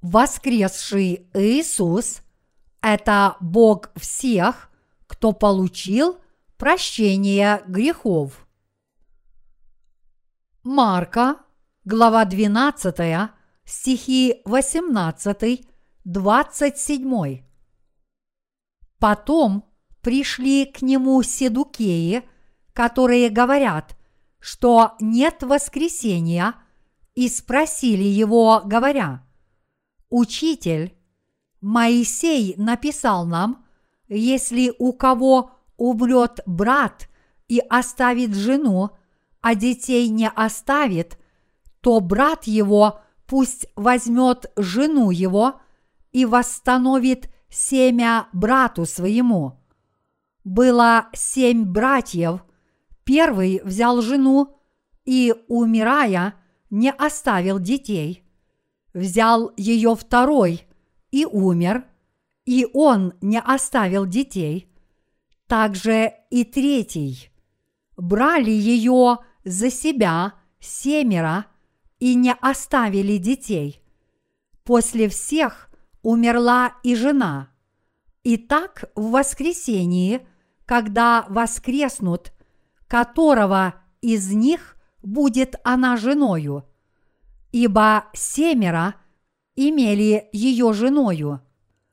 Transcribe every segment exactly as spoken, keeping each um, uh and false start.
Воскресший Иисус – это Бог всех, кто получил прощение грехов. Марка, глава двенадцатая, стихи восемнадцатый, двадцать семь. Потом пришли к нему седукеи, которые говорят, что нет воскресения, и спросили его, говоря: «Учитель, Моисей написал нам, если у кого умрет брат и оставит жену, а детей не оставит, то брат его пусть возьмет жену его и восстановит семя брату своему. Было семь братьев, первый взял жену и, умирая, не оставил детей. Взял ее второй и умер, и он не оставил детей. Также и третий. Брали ее за себя семеро и не оставили детей. После всех умерла и жена. И так в воскресении, когда воскреснут, которого из них будет она женою, ибо семеро имели ее женою».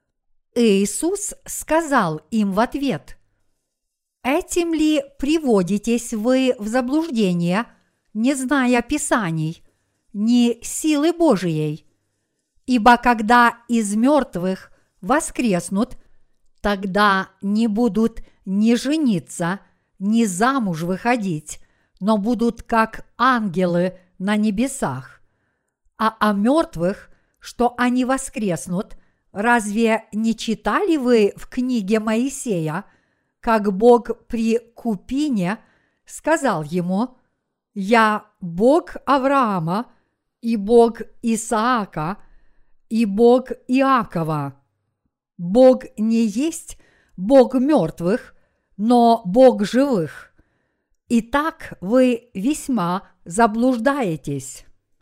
Иисус сказал им в ответ: «Этим ли приводитесь вы в заблуждение, не зная Писаний, ни силы Божией? Ибо когда из мертвых воскреснут, тогда не будут ни жениться, ни замуж выходить, но будут как ангелы на небесах. А о мертвых, что они воскреснут, разве не читали вы в книге Моисея, как Бог при Купине сказал ему: «Я Бог Авраама, и Бог Исаака, и Бог Иакова»? Бог не есть Бог мертвых, но Бог живых. Итак, вы весьма заблуждаетесь.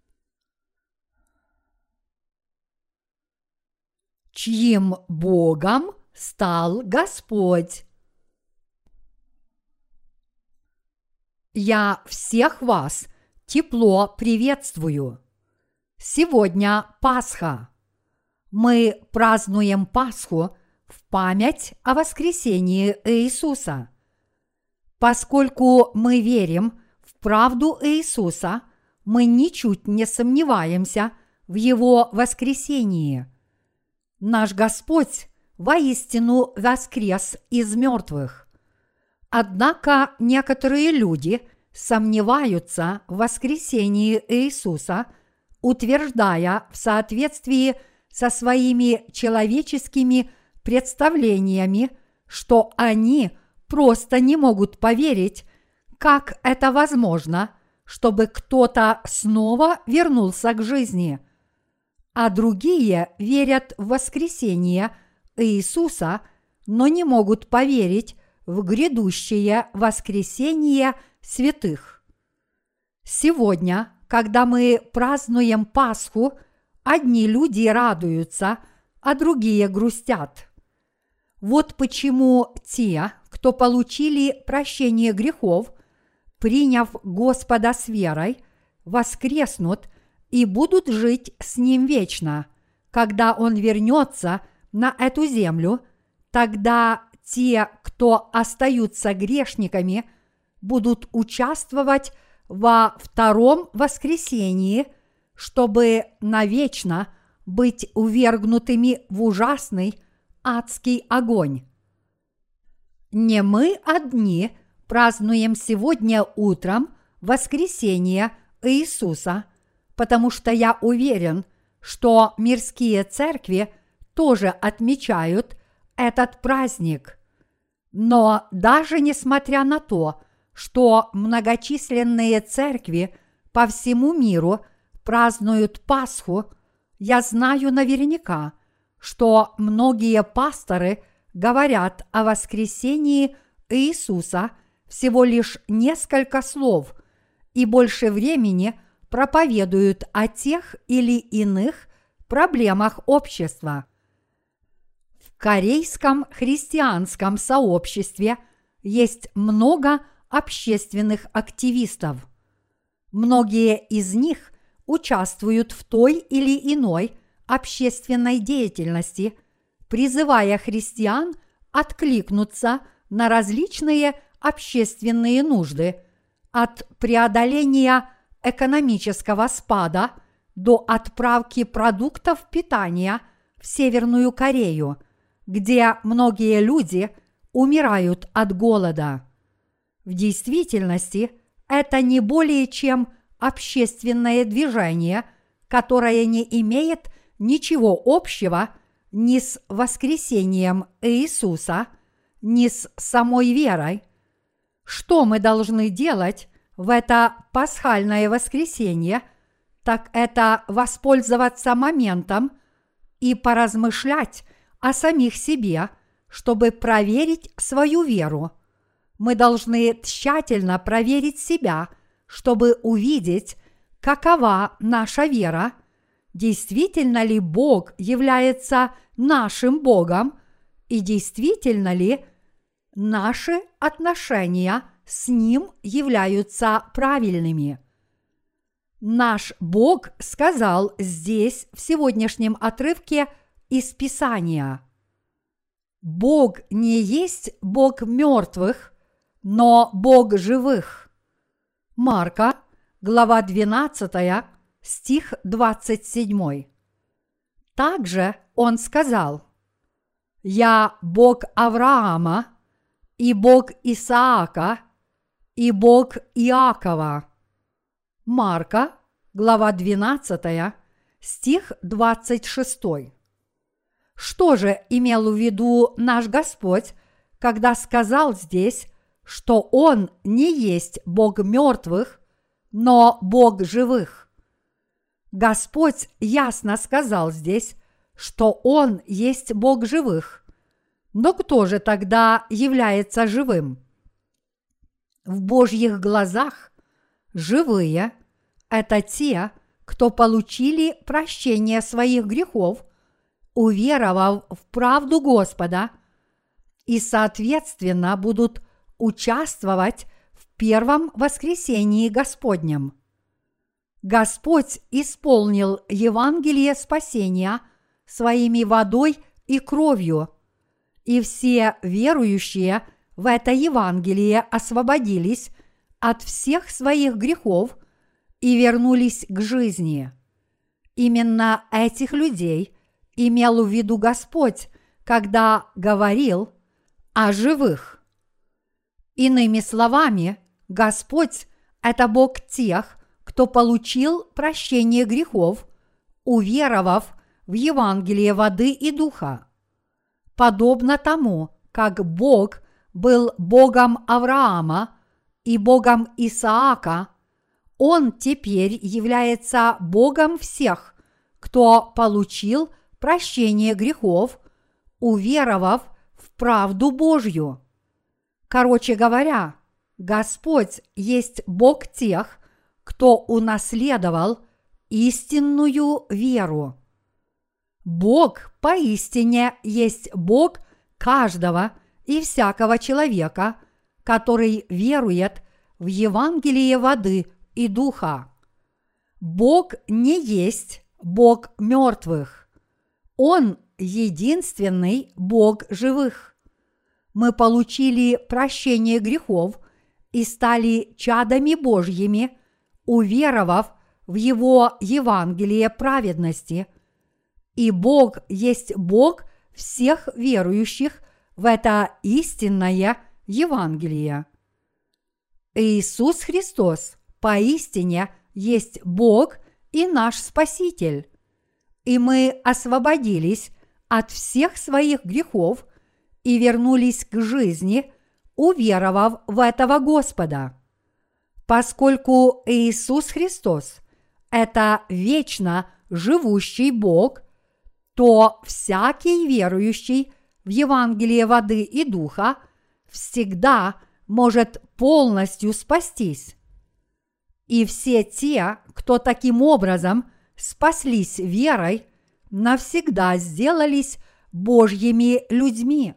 Чьим Богом стал Господь? Я всех вас тепло приветствую. Сегодня Пасха. Мы празднуем Пасху в память о воскресении Иисуса. Поскольку мы верим в правду Иисуса, мы ничуть не сомневаемся в Его воскресении. Наш Господь воистину воскрес из мертвых. Однако некоторые люди сомневаются в воскресении Иисуса, утверждая в соответствии со своими человеческими представлениями, что они просто не могут поверить, как это возможно, чтобы кто-то снова вернулся к жизни. А другие верят в воскресение Иисуса, но не могут поверить в грядущее воскресение святых. Сегодня, когда мы празднуем Пасху, одни люди радуются, а другие грустят. Вот почему те, кто получили прощение грехов, приняв Господа с верой, воскреснут и будут жить с Ним вечно. Когда Он вернется на эту землю, тогда те, кто остаются грешниками, будут участвовать во втором воскресении, чтобы навечно быть увергнутыми в ужасный адский огонь. Не мы одни празднуем сегодня утром воскресение Иисуса, потому что я уверен, что мирские церкви тоже отмечают этот праздник. Но даже несмотря на то, что многочисленные церкви по всему миру празднуют Пасху, я знаю наверняка, что многие пасторы говорят о воскресении Иисуса всего лишь несколько слов и больше времени проповедуют о тех или иных проблемах общества. В корейском христианском сообществе есть много общественных активистов. Многие из них участвуют в той или иной общественной деятельности, призывая христиан откликнуться на различные общественные нужды, от преодоления экономического спада до отправки продуктов питания в Северную Корею, где многие люди умирают от голода. В действительности это не более чем общественное движение, которое не имеет ничего общего ни с воскресением Иисуса, ни с самой верой. Что мы должны делать в это пасхальное воскресенье, так это воспользоваться моментом и поразмышлять о самих себе, чтобы проверить свою веру. Мы должны тщательно проверить себя, чтобы увидеть, какова наша вера, действительно ли Бог является нашим Богом и действительно ли наши отношения с Ним являются правильными. Наш Бог сказал здесь в сегодняшнем отрывке из Писания: «Бог не есть Бог мертвых, но Бог живых». Марка, глава двенадцатая, стих двадцать семь. Также Он сказал: «Я Бог Авраама, и Бог Исаака, и Бог Иакова». Марка, глава двенадцатая, стих двадцать шесть. Что же имел в виду наш Господь, когда сказал здесь, что Он не есть Бог мертвых, но Бог живых? Господь ясно сказал здесь, что Он есть Бог живых. Но кто же тогда является живым? В Божьих глазах живые – это те, кто получили прощение своих грехов, уверовав в правду Господа, и, соответственно, будут участвовать в первом воскресении Господнем. Господь исполнил Евангелие спасения своими водой и кровью, и все верующие в это Евангелие освободились от всех своих грехов и вернулись к жизни. Именно этих людей имел в виду Господь, когда говорил о живых. Иными словами, Господь – это Бог тех, кто получил прощение грехов, уверовав в Евангелие воды и духа. Подобно тому, как Бог был Богом Авраама и Богом Исаака, Он теперь является Богом всех, кто получил прощение грехов, уверовав в правду Божью. Короче говоря, Господь есть Бог тех, кто унаследовал истинную веру. Бог поистине есть Бог каждого и всякого человека, который верует в Евангелие воды и духа. Бог не есть Бог мертвых. Он единственный Бог живых. Мы получили прощение грехов и стали чадами Божьими, уверовав в Его Евангелие праведности. И Бог есть Бог всех верующих в это истинное Евангелие. Иисус Христос поистине есть Бог и наш Спаситель. И мы освободились от всех своих грехов и вернулись к жизни, уверовав в этого Господа. Поскольку Иисус Христос – это вечно живущий Бог, то всякий верующий в Евангелие воды и духа всегда может полностью спастись. И все те, кто таким образом спаслись верой, навсегда сделались Божьими людьми.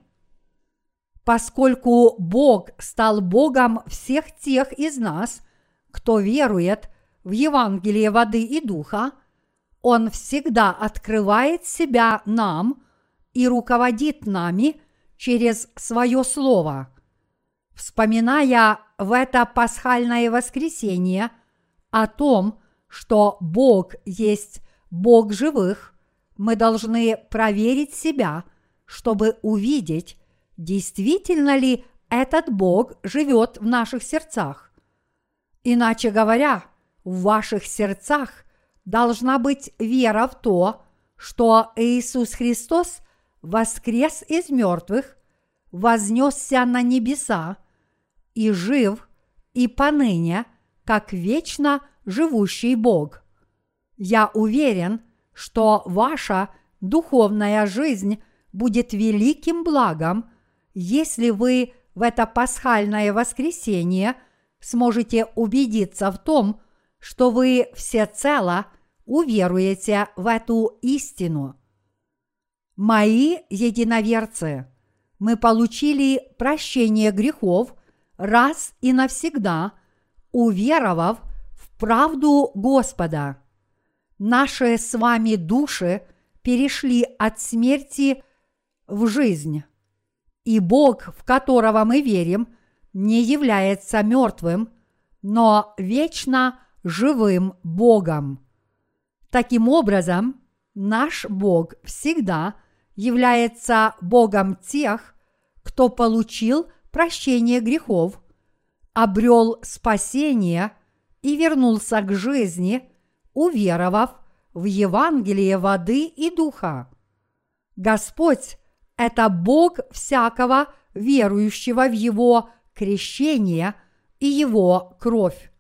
Поскольку Бог стал Богом всех тех из нас, кто верует в Евангелие воды и духа, Он всегда открывает себя нам и руководит нами через свое Слово. Вспоминая в это пасхальное воскресенье о том, что Бог есть Бог живых, мы должны проверить себя, чтобы увидеть, действительно ли этот Бог живет в наших сердцах. Иначе говоря, в ваших сердцах должна быть вера в то, что Иисус Христос воскрес из мертвых, вознесся на небеса и жив и поныне, как вечно живущий Бог. Я уверен, что ваша духовная жизнь будет великим благом, если вы в это пасхальное воскресенье сможете убедиться в том, что вы всецело уверуете в эту истину. Мои единоверцы, мы получили прощение грехов раз и навсегда, уверовав в правду Господа. Наши с вами души перешли от смерти в жизнь, и Бог, в которого мы верим, не является мертвым, но вечно живым Богом. Таким образом, наш Бог всегда является Богом тех, кто получил прощение грехов, обрел спасение и вернулся к жизни, уверовав в Евангелие воды и духа. Господь – это Бог всякого верующего в Его крещение и Его кровь.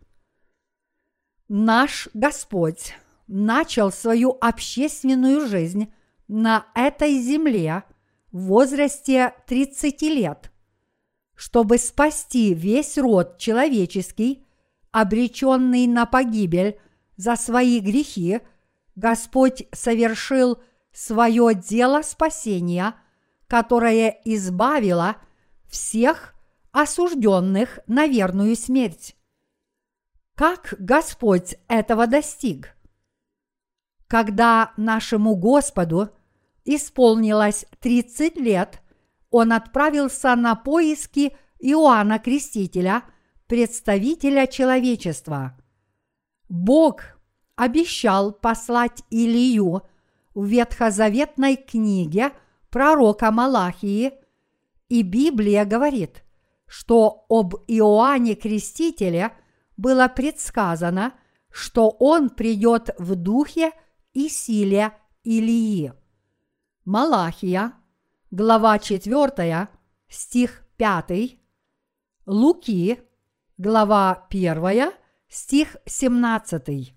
Наш Господь начал свою общественную жизнь на этой земле в возрасте тридцати лет, чтобы спасти весь род человеческий, обреченный на погибель за свои грехи. Господь совершил свое дело спасения, которое избавило всех осужденных на верную смерть. Как Господь этого достиг? Когда нашему Господу исполнилось тридцать лет, Он отправился на поиски Иоанна Крестителя, представителя человечества. Бог обещал послать Илию в ветхозаветной книге пророка Малахии, и Библия говорит, что об Иоанне Крестителе было предсказано, что он придет в духе и силе Илии. Малахия, глава четвёртая, стих пятый, Луки, глава первая, стих семнадцатый.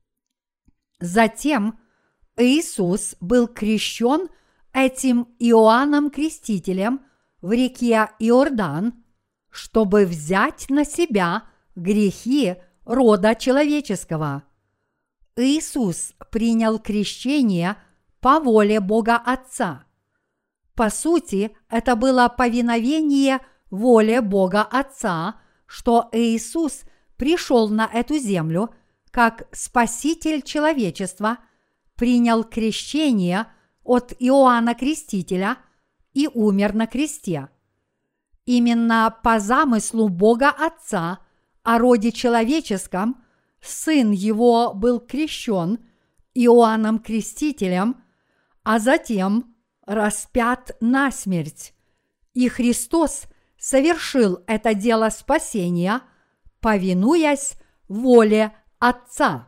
Затем Иисус был крещен этим Иоанном Крестителем в реке Иордан, чтобы взять на себя грехи рода человеческого. Иисус принял крещение по воле Бога Отца. По сути, это было повиновение воле Бога Отца, что Иисус пришел на эту землю как Спаситель человечества, принял крещение от Иоанна Крестителя и умер на кресте. Именно по замыслу Бога Отца о роде человеческом Сын Его был крещен Иоанном Крестителем, а затем распят насмерть. И Христос совершил это дело спасения, повинуясь воле Отца.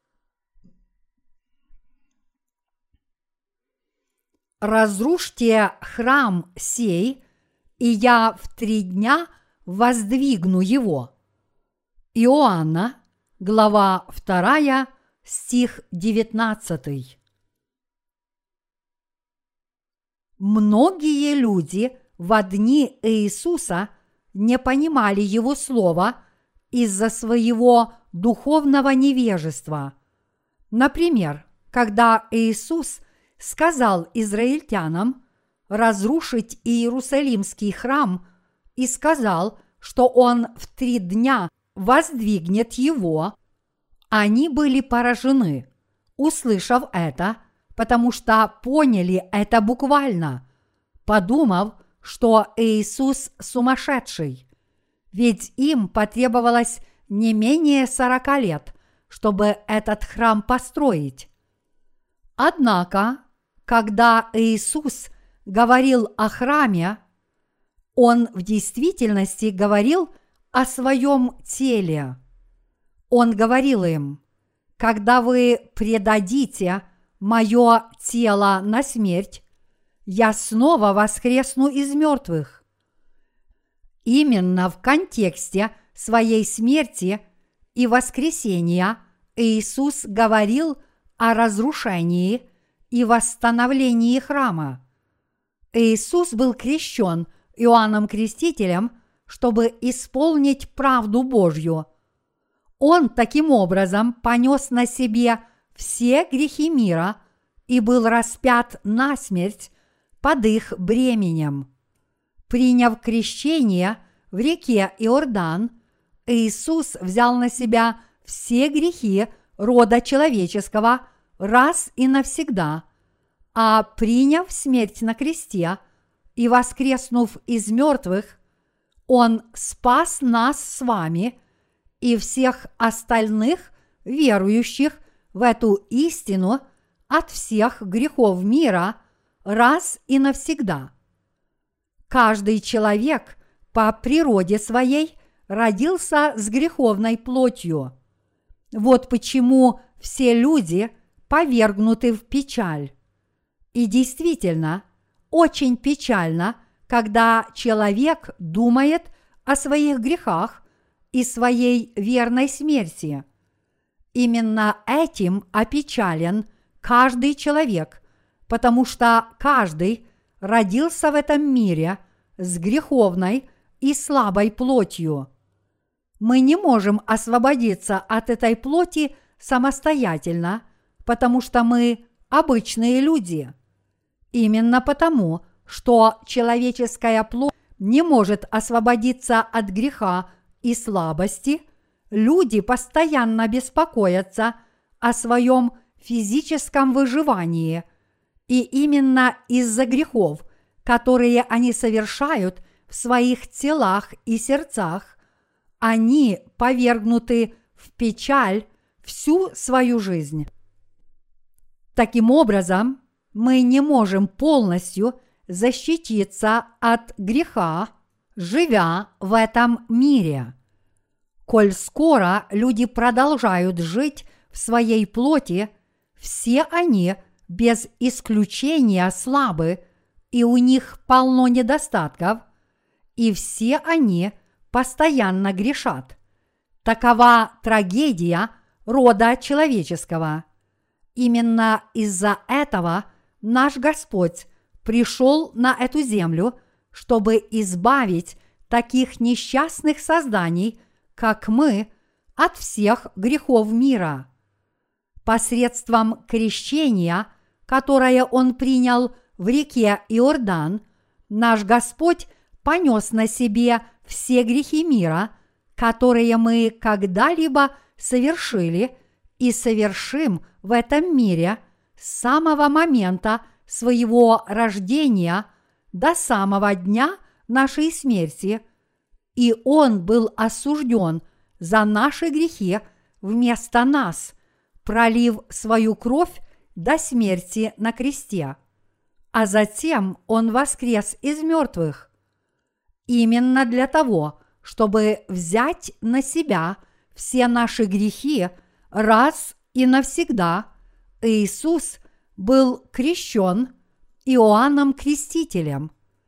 «Разрушьте храм сей, и я в три дня воздвигну его». Иоанна, глава вторая, стих девятнадцатый. Многие люди во дни Иисуса не понимали Его слова из-за своего духовного невежества. Например, когда Иисус сказал израильтянам разрушить Иерусалимский храм и сказал, что Он в три дня воздвигнет его, они были поражены, услышав это, потому что поняли это буквально, подумав, что Иисус сумасшедший. Ведь им потребовалось не менее сорока лет, чтобы этот храм построить. Однако, когда Иисус говорил о храме, Он в действительности говорил о своем теле. Он говорил им: «Когда вы предадите мое тело на смерть, я снова воскресну из мертвых». Именно в контексте своей смерти и воскресения Иисус говорил о разрушении и восстановлении храма. Иисус был крещен Иоанном Крестителем, чтобы исполнить правду Божью. Он таким образом понес на себе все грехи мира и был распят насмерть под их бременем. Приняв крещение в реке Иордан, Иисус взял на себя все грехи рода человеческого раз и навсегда, а приняв смерть на кресте и воскреснув из мертвых, Он спас нас с вами и всех остальных верующих в эту истину от всех грехов мира раз и навсегда. Каждый человек по природе своей родился с греховной плотью. Вот почему все люди повергнуты в печаль. И действительно, очень печально, когда человек думает о своих грехах и своей верной смерти. Именно этим опечален каждый человек, потому что каждый родился в этом мире с греховной и слабой плотью. Мы не можем освободиться от этой плоти самостоятельно, потому что мы обычные люди. Именно потому, что человеческая плоть не может освободиться от греха и слабости, люди постоянно беспокоятся о своем физическом выживании, и именно из-за грехов, которые они совершают в своих телах и сердцах, они повергнуты в печаль всю свою жизнь. Таким образом, мы не можем полностью защититься от греха, живя в этом мире. Коль скоро люди продолжают жить в своей плоти, все они без исключения слабы, и у них полно недостатков, и все они постоянно грешат. Такова трагедия рода человеческого. Именно из-за этого наш Господь пришел на эту землю, чтобы избавить таких несчастных созданий, как мы, от всех грехов мира. Посредством крещения, которое Он принял в реке Иордан, наш Господь понес на себе все грехи мира, которые мы когда-либо совершили и совершим в этом мире с самого момента своего рождения до самого дня нашей смерти, и Он был осужден за наши грехи вместо нас, пролив свою кровь до смерти на кресте, а затем Он воскрес из мертвых. Именно для того, чтобы взять на себя все наши грехи раз и навсегда, Иисус был крещен Иоанном Крестителем.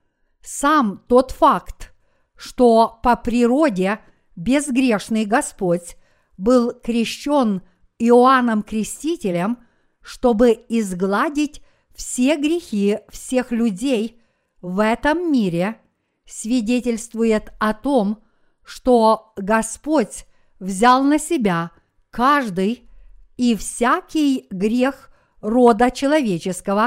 Сам тот факт, что по природе безгрешный Господь был крещен Иоанном Крестителем, чтобы изгладить все грехи всех людей в этом мире, свидетельствует о том, что Господь взял на себя каждый и всякий грех рода человеческого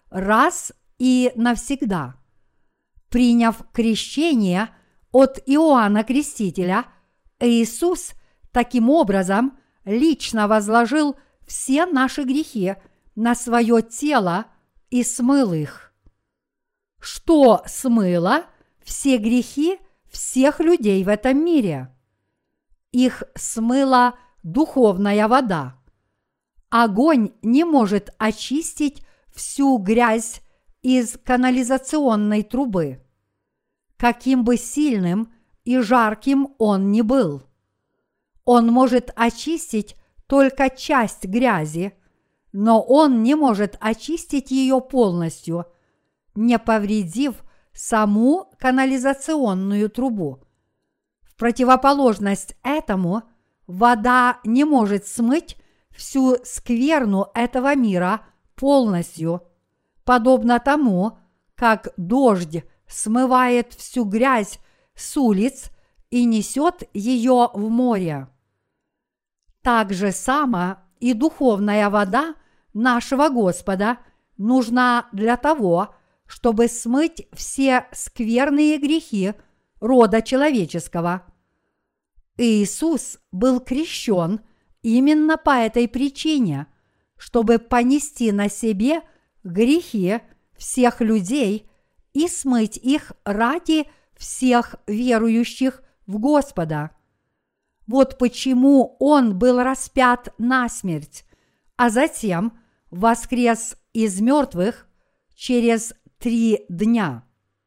раз и навсегда. Приняв крещение от Иоанна Крестителя, Иисус таким образом лично возложил все наши грехи на свое тело и смыл их. Что смыло все грехи всех людей в этом мире? Их смыла духовная вода. Огонь не может очистить всю грязь из канализационной трубы, каким бы сильным и жарким он ни был. Он может очистить только часть грязи, но он не может очистить ее полностью, не повредив саму канализационную трубу. В противоположность этому, вода не может смыть всю скверну этого мира полностью, подобно тому, как дождь смывает всю грязь с улиц и несет ее в море. Так же само и духовная вода нашего Господа нужна для того, чтобы смыть все скверные грехи рода человеческого. Иисус был крещен именно по этой причине, чтобы понести на себе грехи всех людей и смыть их ради всех верующих в Господа. Вот почему Он был распят насмерть, а затем воскрес из мертвых через три дня.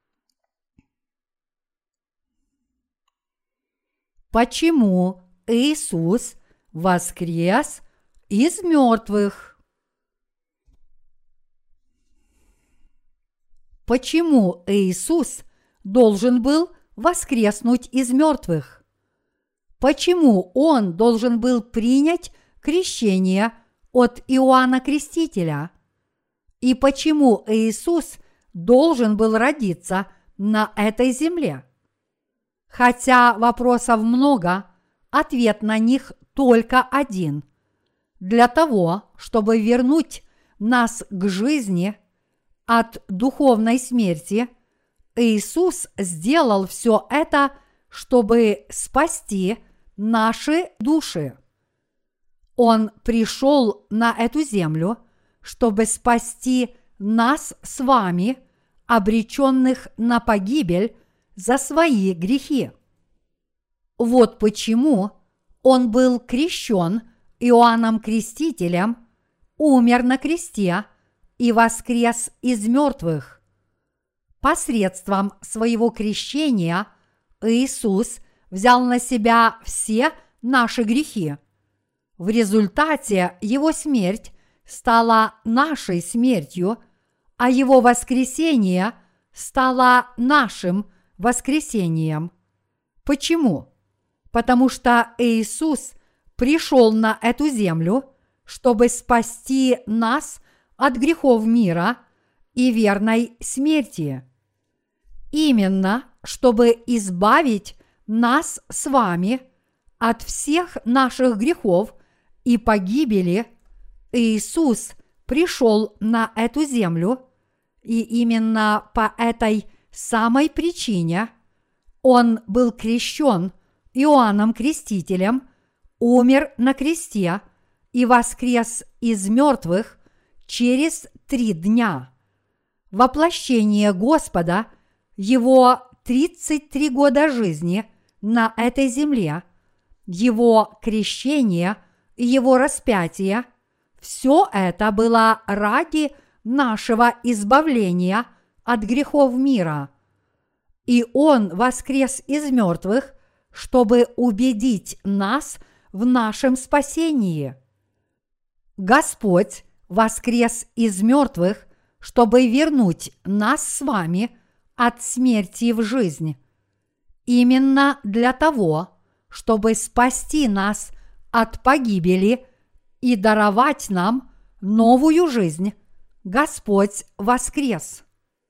Почему Иисус воскрес из мертвых? Почему Иисус должен был воскреснуть из мертвых? Почему Он должен был принять крещение от Иоанна Крестителя? И почему Иисус должен был родиться на этой земле? Хотя вопросов много, ответ на них только один. Для того, чтобы вернуть нас к жизни от духовной смерти, Иисус сделал все это, чтобы спасти наши души. Он пришел на эту землю, чтобы спасти нас с вами, обреченных на погибель за свои грехи. Вот почему Он был крещен Иоанном Крестителем, умер на кресте и воскрес из мертвых. Посредством своего крещения Иисус взял на себя все наши грехи. В результате Его смерть стала нашей смертью, а Его воскресение стало нашим воскресением. Почему? Потому что Иисус пришел на эту землю, чтобы спасти нас от грехов мира и верной смерти. Именно, чтобы избавить нас с вами от всех наших грехов и погибели, Иисус пришел на эту землю, и именно по этой самой причине Он был крещен Иоанном Крестителем, умер на кресте и воскрес из мертвых через три дня. Воплощение Господа, Его тридцать три года жизни на этой земле, Его крещение и Его распятие – все это было ради нашего избавления от грехов мира. И Он воскрес из мертвых, чтобы убедить нас в нашем спасении. Господь воскрес из мертвых, чтобы вернуть нас с вами от смерти в жизнь. Именно для того, чтобы спасти нас от погибели и даровать нам новую жизнь, Господь воскрес.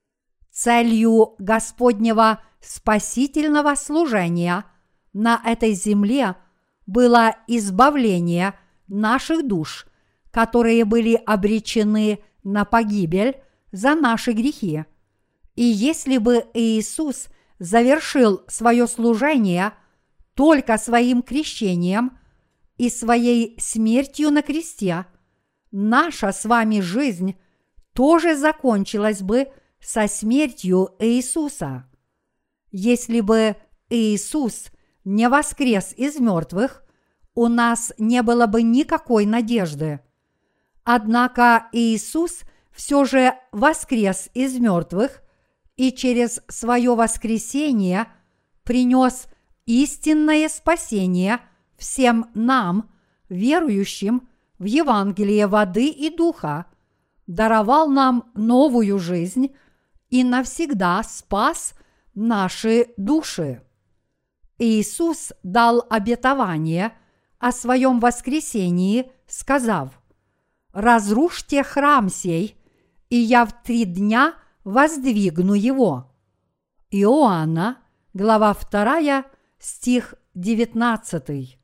Целью Господнего спасительного служения на этой земле было избавление наших душ, которые были обречены на погибель за наши грехи. И если бы Иисус завершил свое служение только своим крещением и своей смертью на кресте, наша с вами жизнь тоже закончилась бы со смертью Иисуса. Если бы Иисус не воскрес из мертвых, у нас не было бы никакой надежды. Однако Иисус все же воскрес из мертвых и через свое воскресение принес истинное спасение всем нам, верующим в Евангелие воды и духа, даровал нам новую жизнь и навсегда спас наши души. Иисус дал обетование о своем воскресении, сказав: «Разрушьте храм сей, и я в три дня воздвигну его». Иоанна, глава вторая, стих девятнадцатый.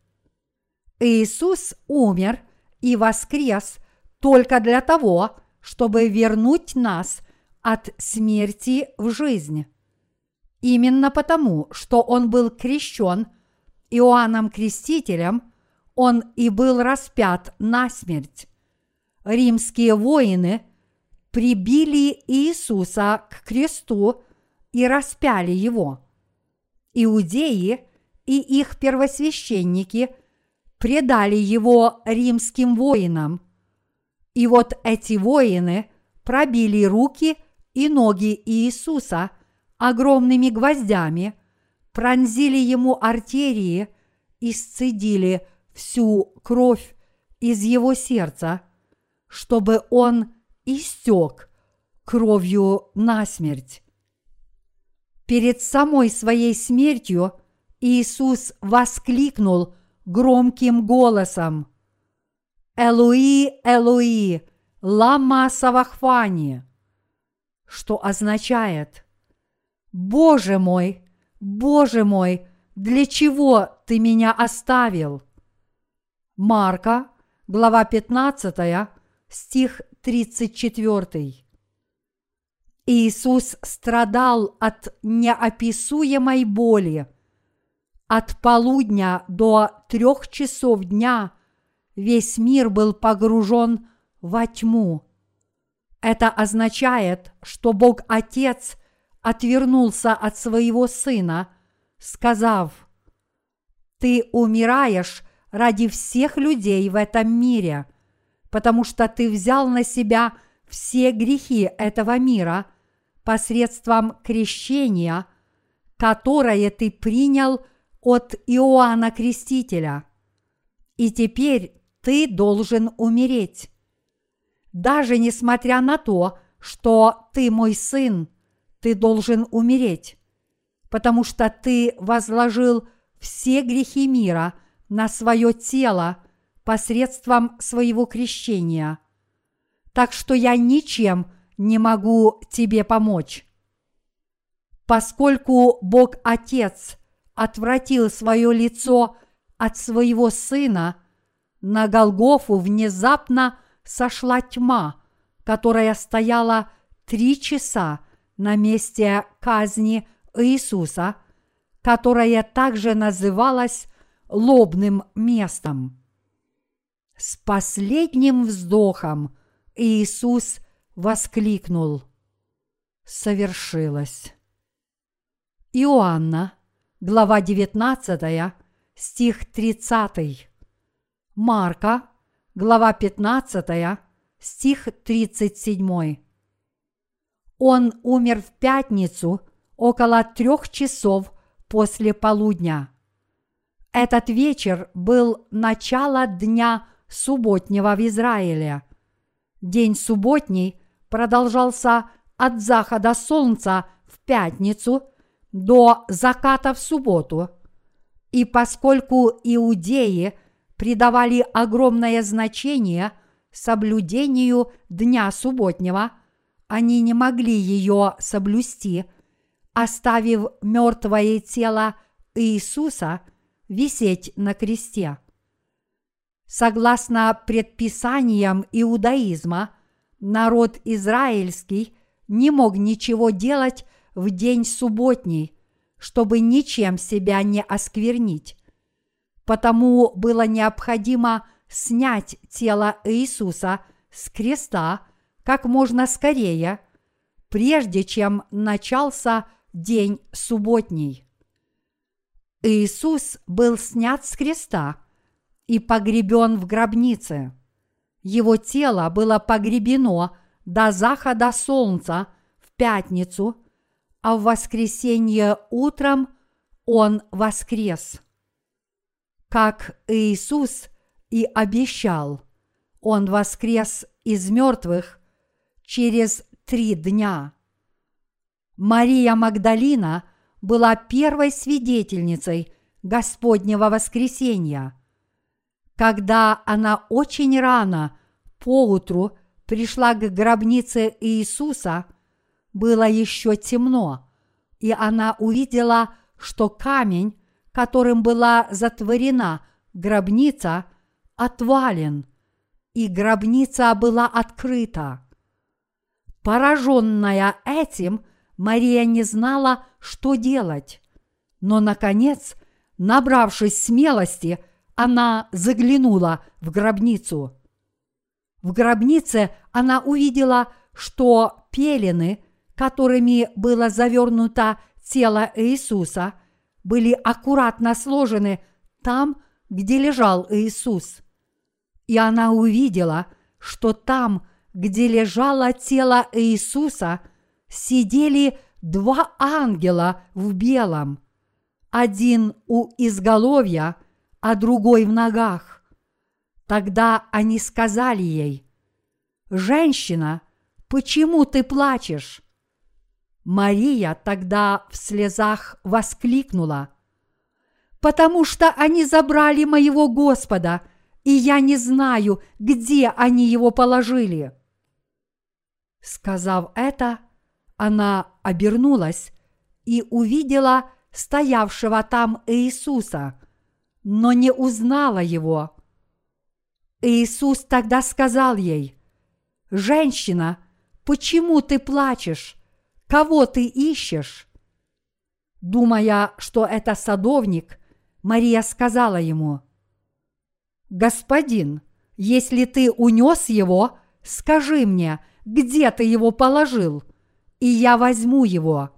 Иисус умер и воскрес только для того, чтобы вернуть нас от смерти в жизнь. Именно потому, что Он был крещен Иоанном Крестителем, Он и был распят насмерть. Римские воины прибили Иисуса к кресту и распяли Его. Иудеи и их первосвященники предали Его римским воинам. И вот эти воины пробили руки и ноги Иисуса огромными гвоздями, пронзили Ему артерии и сцедили всю кровь из Его сердца, чтобы Он истек кровью насмерть. Перед самой своей смертью Иисус воскликнул громким голосом: «Элои, Элои, лама савахфани», что означает: «Боже мой, Боже мой, для чего ты меня оставил?» Марка, глава пятнадцатая, стих тридцать четвёртый. Иисус страдал от неописуемой боли. От полудня до трех часов дня весь мир был погружен во тьму. Это означает, что Бог Отец отвернулся от своего Сына, сказав: «Ты умираешь ради всех людей в этом мире, потому что ты взял на себя все грехи этого мира посредством крещения, которое ты принял от Иоанна Крестителя. И теперь ты должен умереть. Даже несмотря на то, что ты мой сын, ты должен умереть, потому что ты возложил все грехи мира на свое тело посредством своего крещения. Так что я ничем не могу тебе помочь. Поскольку Бог Отец отвратил свое лицо от своего Сына, на Голгофу внезапно сошла тьма, которая стояла три часа на месте казни Иисуса, которая также называлась лобным местом. С последним вздохом Иисус воскликнул: «Совершилось». Иоанна, глава девятнадцатая, стих тридцатый. Марка, глава пятнадцатая, стих тридцать седьмой. Он умер в пятницу около трех часов после полудня. Этот вечер был начало дня субботнего в Израиле. День субботний продолжался от захода солнца в пятницу до заката в субботу. И поскольку иудеи придавали огромное значение соблюдению дня субботнего, они не могли ее соблюсти, оставив мертвое тело Иисуса висеть на кресте. Согласно предписаниям иудаизма, народ израильский не мог ничего делать в день субботний, чтобы ничем себя не осквернить. Потому было необходимо снять тело Иисуса с креста как можно скорее, прежде чем начался день субботний. Иисус был снят с креста и погребен в гробнице. Его тело было погребено до захода солнца в пятницу, а в воскресенье утром он воскрес. Как Иисус и обещал, он воскрес из мертвых через три дня. Мария Магдалина была первой свидетельницей Господнего воскресения. Когда она очень рано поутру пришла к гробнице Иисуса, было еще темно, и она увидела, что камень, которым была затворена гробница, отвален, и гробница была открыта. Пораженная этим, Мария не знала, что делать, но, наконец, набравшись смелости, она заглянула в гробницу. В гробнице она увидела, что пелены, которыми было завернуто тело Иисуса, были аккуратно сложены там, где лежал Иисус. И она увидела, что там, где лежало тело Иисуса, сидели два ангела в белом, один у изголовья, а другой в ногах. Тогда они сказали ей: «Женщина, почему ты плачешь?» Мария тогда в слезах воскликнула: «Потому что они забрали моего Господа, и я не знаю, где они его положили». Сказав это, она обернулась и увидела стоявшего там Иисуса, но не узнала его. Иисус тогда сказал ей: «Женщина, почему ты плачешь? Кого ты ищешь?» Думая, что это садовник, Мария сказала ему: «Господин, если ты унес его, скажи мне, где ты его положил, и я возьму его».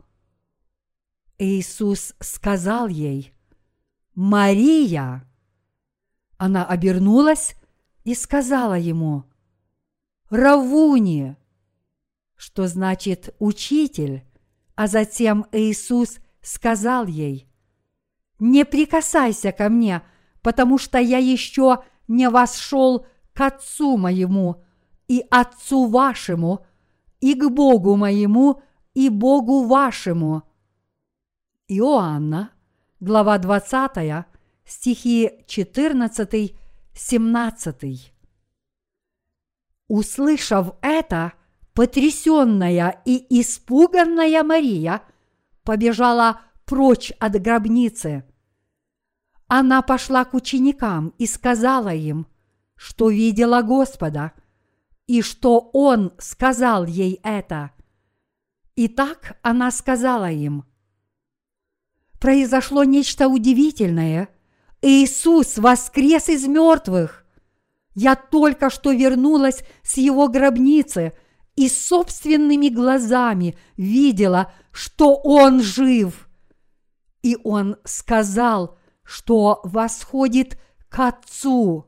Иисус сказал ей: «Мария!» Она обернулась и сказала ему: «Раввуни!» что значит «учитель», а затем Иисус сказал ей: «Не прикасайся ко мне, потому что я еще не восшел к Отцу моему и Отцу вашему, и к Богу моему и Богу вашему». Иоанна, глава двадцатая, стихи четырнадцатый семнадцатый. Услышав это, потрясенная и испуганная Мария побежала прочь от гробницы. Она пошла к ученикам и сказала им, что видела Господа, и что Он сказал ей это. Итак, она сказала им: «Произошло нечто удивительное. Иисус воскрес из мертвых. Я только что вернулась с его гробницы и собственными глазами видела, что он жив. И он сказал, что восходит к Отцу».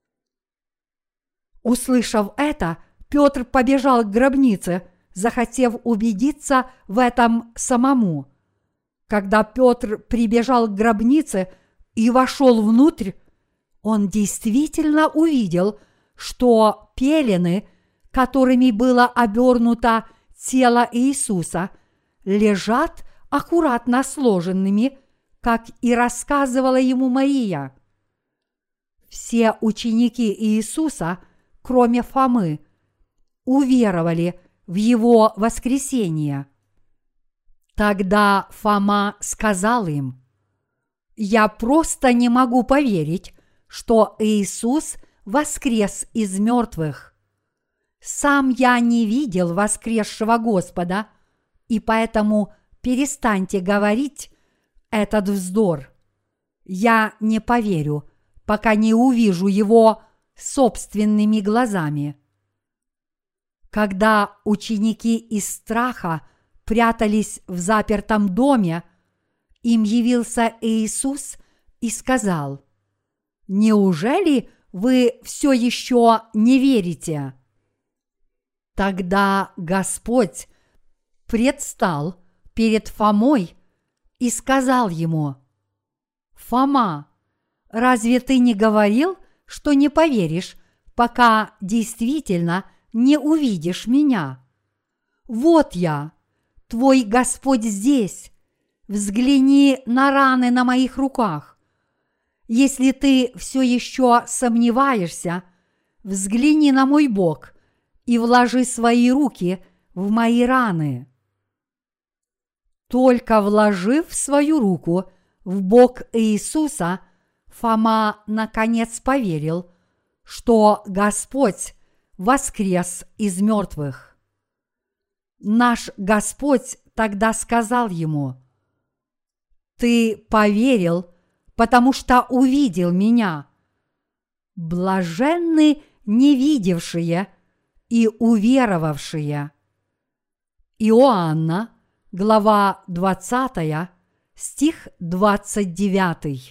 Услышав это, Петр побежал к гробнице, захотев убедиться в этом самому. Когда Петр прибежал к гробнице и вошел внутрь, он действительно увидел, что пелены, которыми было обернуто тело Иисуса, лежат аккуратно сложенными, как и рассказывала ему Мария. Все ученики Иисуса, кроме Фомы, уверовали в его воскресение. Тогда Фома сказал им: «Я просто не могу поверить, что Иисус воскрес из мертвых». С сам я не видел воскресшего Господа, и поэтому перестаньте говорить этот вздор. Я не поверю, пока не увижу его собственными глазами. Когда ученики из страха прятались в запертом доме, им явился Иисус и сказал: «Неужели вы все еще не верите?» Тогда Господь предстал перед Фомой и сказал ему: «Фома, разве ты не говорил, что не поверишь, пока действительно не увидишь меня? Вот я, твой Господь здесь. Взгляни на раны на моих руках. Если ты все еще сомневаешься, взгляни на мой бок и вложи свои руки в мои раны». Только вложив свою руку в бок Иисуса, Фома наконец поверил, что Господь воскрес из мертвых. Наш Господь тогда сказал ему: «Ты поверил, потому что увидел меня. Блаженны невидевшие и уверовавшие». Иоанна, глава двадцатая, стих двадцать девятый.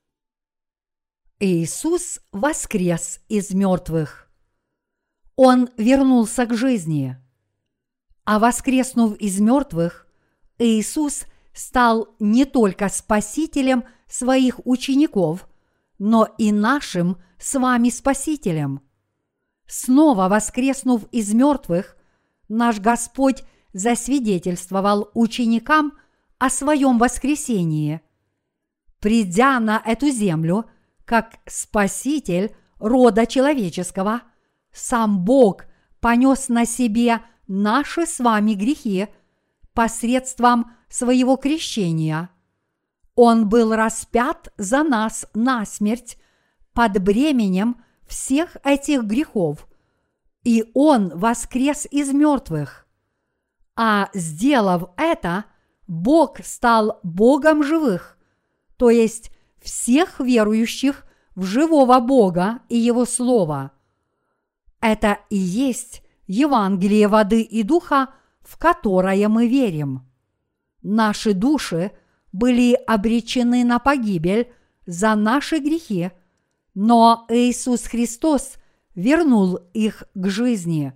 Иисус воскрес из мертвых. Он вернулся к жизни. А воскреснув из мертвых, Иисус стал не только спасителем своих учеников, но и нашим с вами спасителем. Снова воскреснув из мертвых, наш Господь засвидетельствовал ученикам о своем воскресении. Придя на эту землю как Спаситель рода человеческого, сам Бог понес на себе наши с вами грехи посредством своего крещения. Он был распят за нас насмерть под бременем всех этих грехов, и Он воскрес из мертвых. А сделав это, Бог стал Богом живых, то есть всех верующих в живого Бога и Его Слово. Это и есть Евангелие воды и духа, в которое мы верим. Наши души были обречены на погибель за наши грехи, но Иисус Христос вернул их к жизни.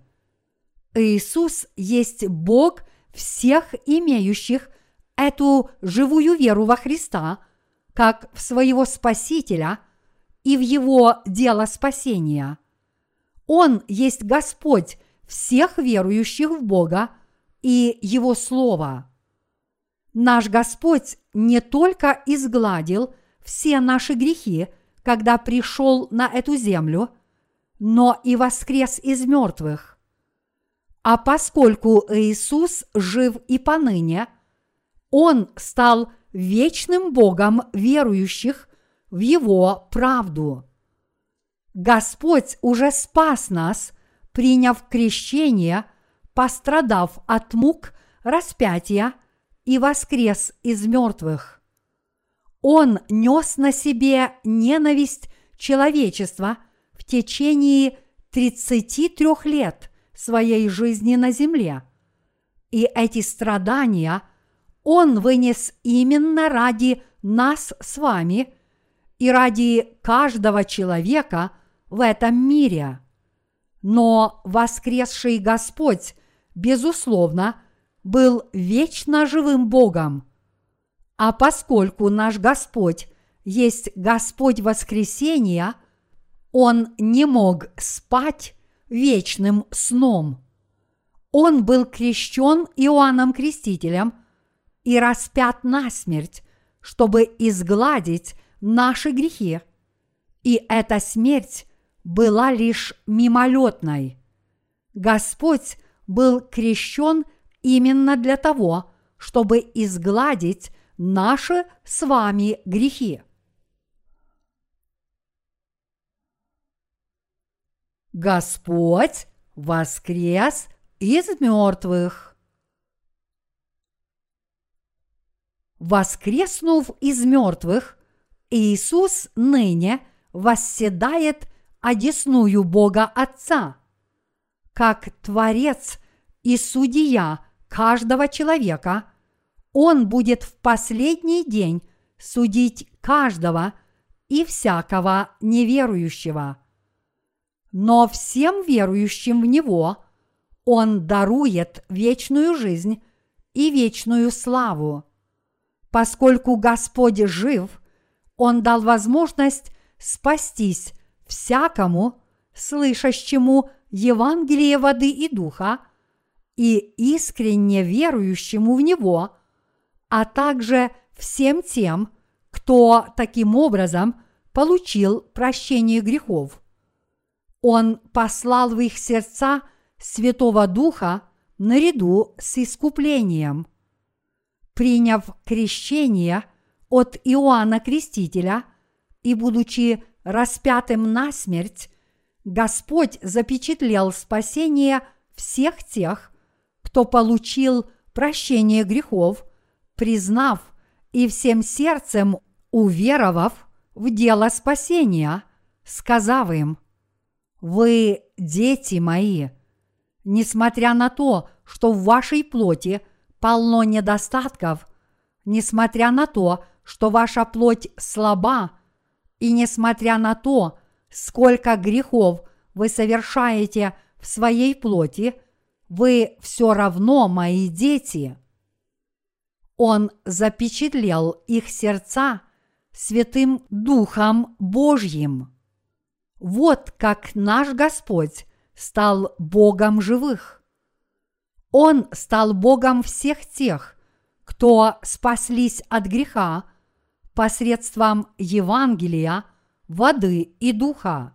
Иисус есть Бог всех имеющих эту живую веру во Христа, как в своего Спасителя и в Его дело спасения. Он есть Господь всех верующих в Бога и Его Слово. Наш Господь не только изгладил все наши грехи, когда пришел на эту землю, но и воскрес из мертвых. А поскольку Иисус жив и поныне, Он стал вечным Богом верующих в Его правду. Господь уже спас нас, приняв крещение, пострадав от мук распятия и воскрес из мертвых. Он нес на себе ненависть человечества в течение тридцати трёх лет своей жизни на земле. И эти страдания Он вынес именно ради нас с вами и ради каждого человека в этом мире. Но воскресший Господь, безусловно, был вечно живым Богом. А поскольку наш Господь есть Господь воскресения, Он не мог спать вечным сном. Он был крещен Иоанном Крестителем и распят насмерть, чтобы изгладить наши грехи. И эта смерть была лишь мимолетной. Господь был крещен именно для того, чтобы изгладить наши с вами грехи. Господь воскрес из мертвых. Воскреснув из мертвых, Иисус ныне восседает одесную Бога Отца. Как Творец и Судья каждого человека, Он будет в последний день судить каждого и всякого неверующего. Но всем верующим в Него Он дарует вечную жизнь и вечную славу. Поскольку Господь жив, Он дал возможность спастись всякому, слышащему Евангелие воды и духа, и искренне верующему в Него, а также всем тем, кто таким образом получил прощение грехов. Он послал в их сердца Святого Духа наряду с искуплением. Приняв крещение от Иоанна Крестителя и будучи распятым насмерть, Господь запечатлел спасение всех тех, кто получил прощение грехов, признав и всем сердцем уверовав в дело спасения, сказав им: «Вы, дети мои, несмотря на то, что в вашей плоти полно недостатков, несмотря на то, что ваша плоть слаба, и несмотря на то, сколько грехов вы совершаете в своей плоти, вы все равно мои дети». Он запечатлел их сердца Святым Духом Божьим. Вот как наш Господь стал Богом живых. Он стал Богом всех тех, кто спаслись от греха посредством Евангелия, воды и духа.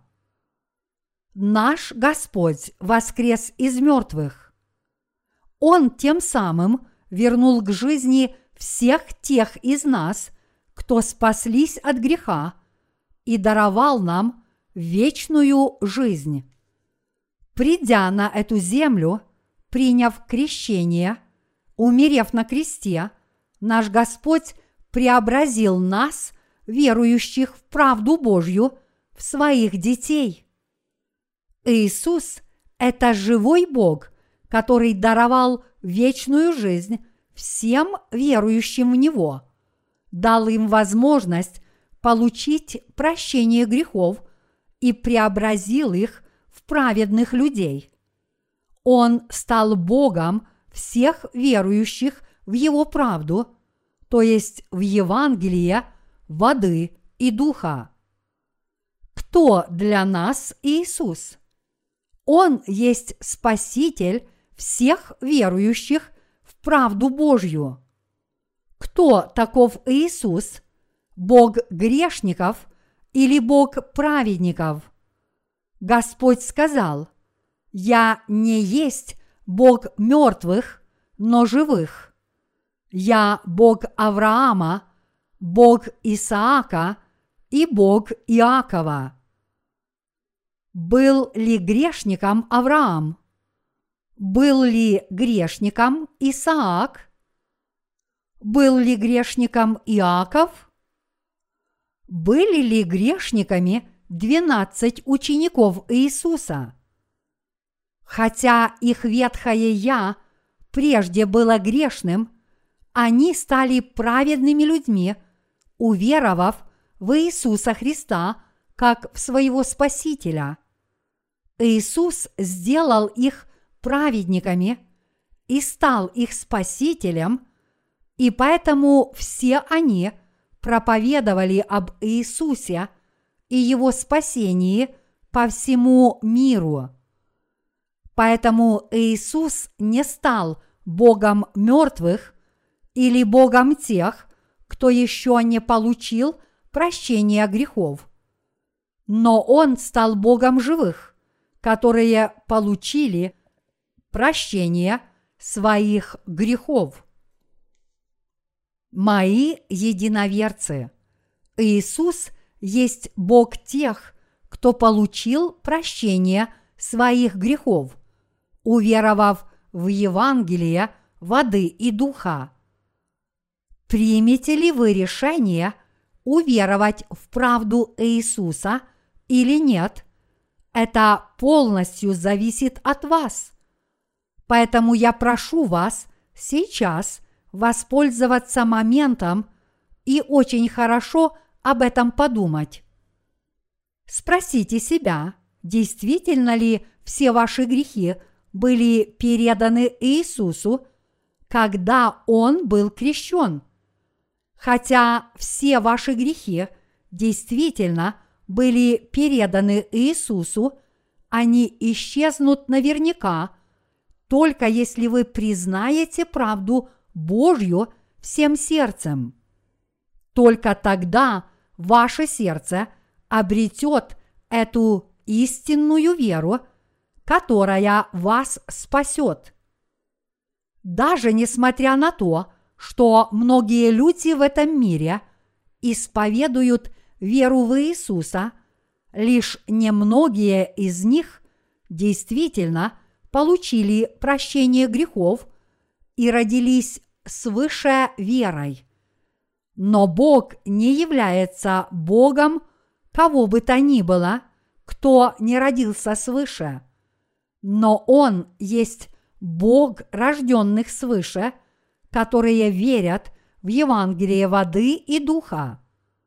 Наш Господь воскрес из мертвых. Он тем самым вернул к жизни всех тех из нас, кто спаслись от греха, и даровал нам вечную жизнь. Придя на эту землю, приняв крещение, умерев на кресте, наш Господь преобразил нас, верующих в правду Божью, в своих детей. Иисус – это живой Бог, который даровал вечную жизнь всем верующим в Него, дал им возможность получить прощение грехов и преобразил их в праведных людей. Он стал Богом всех верующих в Его правду, то есть в Евангелие воды и духа. Кто для нас Иисус? Он есть Спаситель всех верующих в правду Божью. Кто таков Иисус? Бог грешников или Бог праведников? Господь сказал: «Я не есть Бог мертвых, но живых. Я Бог Авраама, Бог Исаака и Бог Иакова». Был ли грешником Авраам? Был ли грешником Исаак? Был ли грешником Иаков? Были ли грешниками двенадцать учеников Иисуса? Хотя их ветхое «я» прежде было грешным, они стали праведными людьми, уверовав в Иисуса Христа как в своего Спасителя. Иисус сделал их праведниками и стал их Спасителем, и поэтому все они проповедовали об Иисусе и Его спасении по всему миру. Поэтому Иисус не стал Богом мертвых или Богом тех, кто еще не получил прощения грехов, но Он стал Богом живых, которые получили прощение своих грехов. Мои единоверцы, Иисус есть Бог тех, кто получил прощение своих грехов, уверовав в Евангелие воды и духа. Примете ли вы решение уверовать в правду Иисуса или нет? Это полностью зависит от вас. Поэтому я прошу вас сейчас воспользоваться моментом и очень хорошо об этом подумать. Спросите себя, действительно ли все ваши грехи были переданы Иисусу, когда Он был крещен? Хотя все ваши грехи действительно были переданы Иисусу, они исчезнут наверняка, только если вы признаете правду Божью всем сердцем. Только тогда ваше сердце обретет эту истинную веру, которая вас спасет. Даже несмотря на то, что многие люди в этом мире исповедуют веру в Иисуса, лишь немногие из них действительно получили прощение грехов и родились свыше верой. Но Бог не является Богом кого бы то ни было, кто не родился свыше. Но Он есть Бог рожденных свыше, которые верят в Евангелие воды и духа.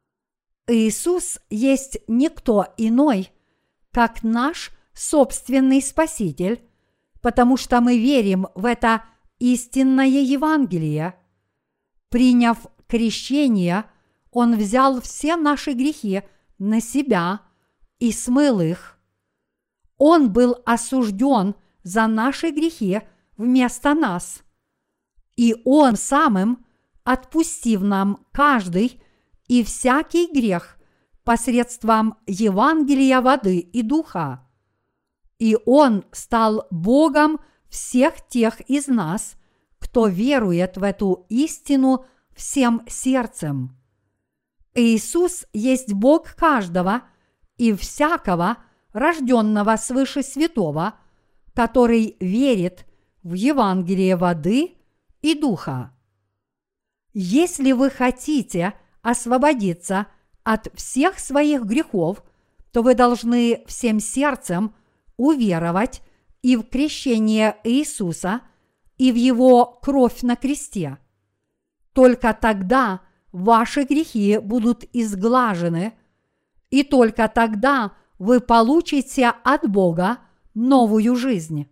Иисус есть никто иной, как наш собственный Спаситель, потому что мы верим в это истинное Евангелие. Приняв крещение, Он взял все наши грехи на себя и смыл их. Он был осужден за наши грехи вместо нас, и Он самым, отпустив нам каждый и всякий грех посредством Евангелия воды и духа. И Он стал Богом всех тех из нас, кто верует в эту истину всем сердцем. Иисус есть Бог каждого и всякого, рожденного свыше святого, который верит в Евангелие воды и духа. Если вы хотите освободиться от всех своих грехов, то вы должны всем сердцем уверовать и в крещение Иисуса, и в Его кровь на кресте. Только тогда ваши грехи будут изглажены, и только тогда вы получите от Бога новую жизнь.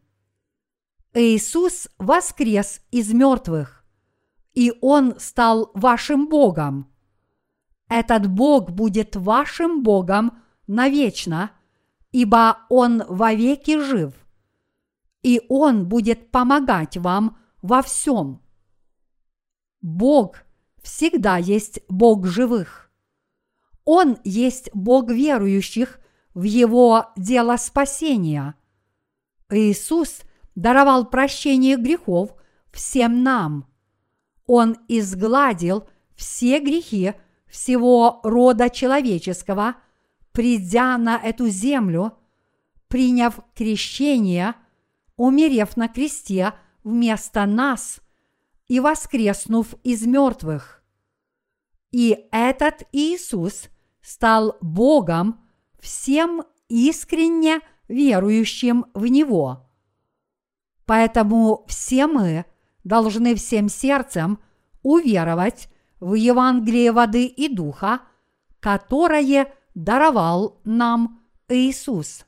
Иисус воскрес из мертвых, и Он стал вашим Богом. Этот Бог будет вашим Богом навечно, ибо Он вовеки жив, и Он будет помогать вам во всем. Бог всегда есть Бог живых. Он есть Бог верующих в Его дело спасения. Иисус даровал прощение грехов всем нам. Он изгладил все грехи всего рода человеческого, придя на эту землю, приняв крещение, умерев на кресте вместо нас и воскреснув из мертвых. И этот Иисус стал Богом всем искренне верующим в Него. Поэтому все мы должны всем сердцем уверовать в Евангелие воды и духа, которое даровал нам Иисус.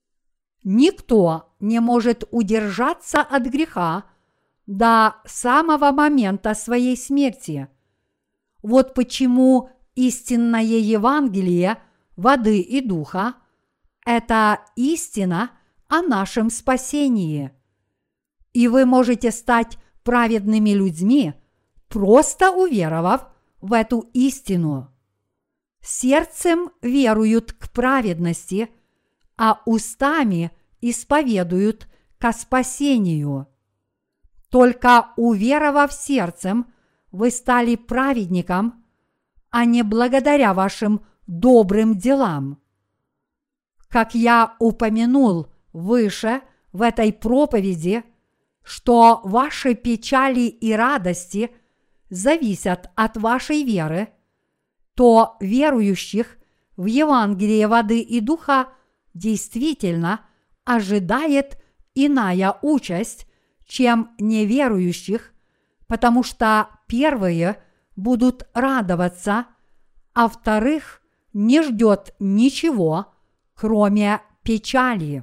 Никто не может удержаться от греха до самого момента своей смерти. Вот почему истинное Евангелие воды и духа – это истина о нашем спасении. И вы можете стать праведными людьми, просто уверовав в эту истину. Сердцем веруют к праведности, а устами исповедуют ко спасению. Только уверовав сердцем, вы стали праведником, а не благодаря вашим добрым делам. Как я упомянул выше в этой проповеди, что ваши печали и радости зависят от вашей веры, то верующих в Евангелие воды и духа действительно ожидает иная участь, чем неверующих, потому что первые будут радоваться, а вторых не ждет ничего, кроме печали.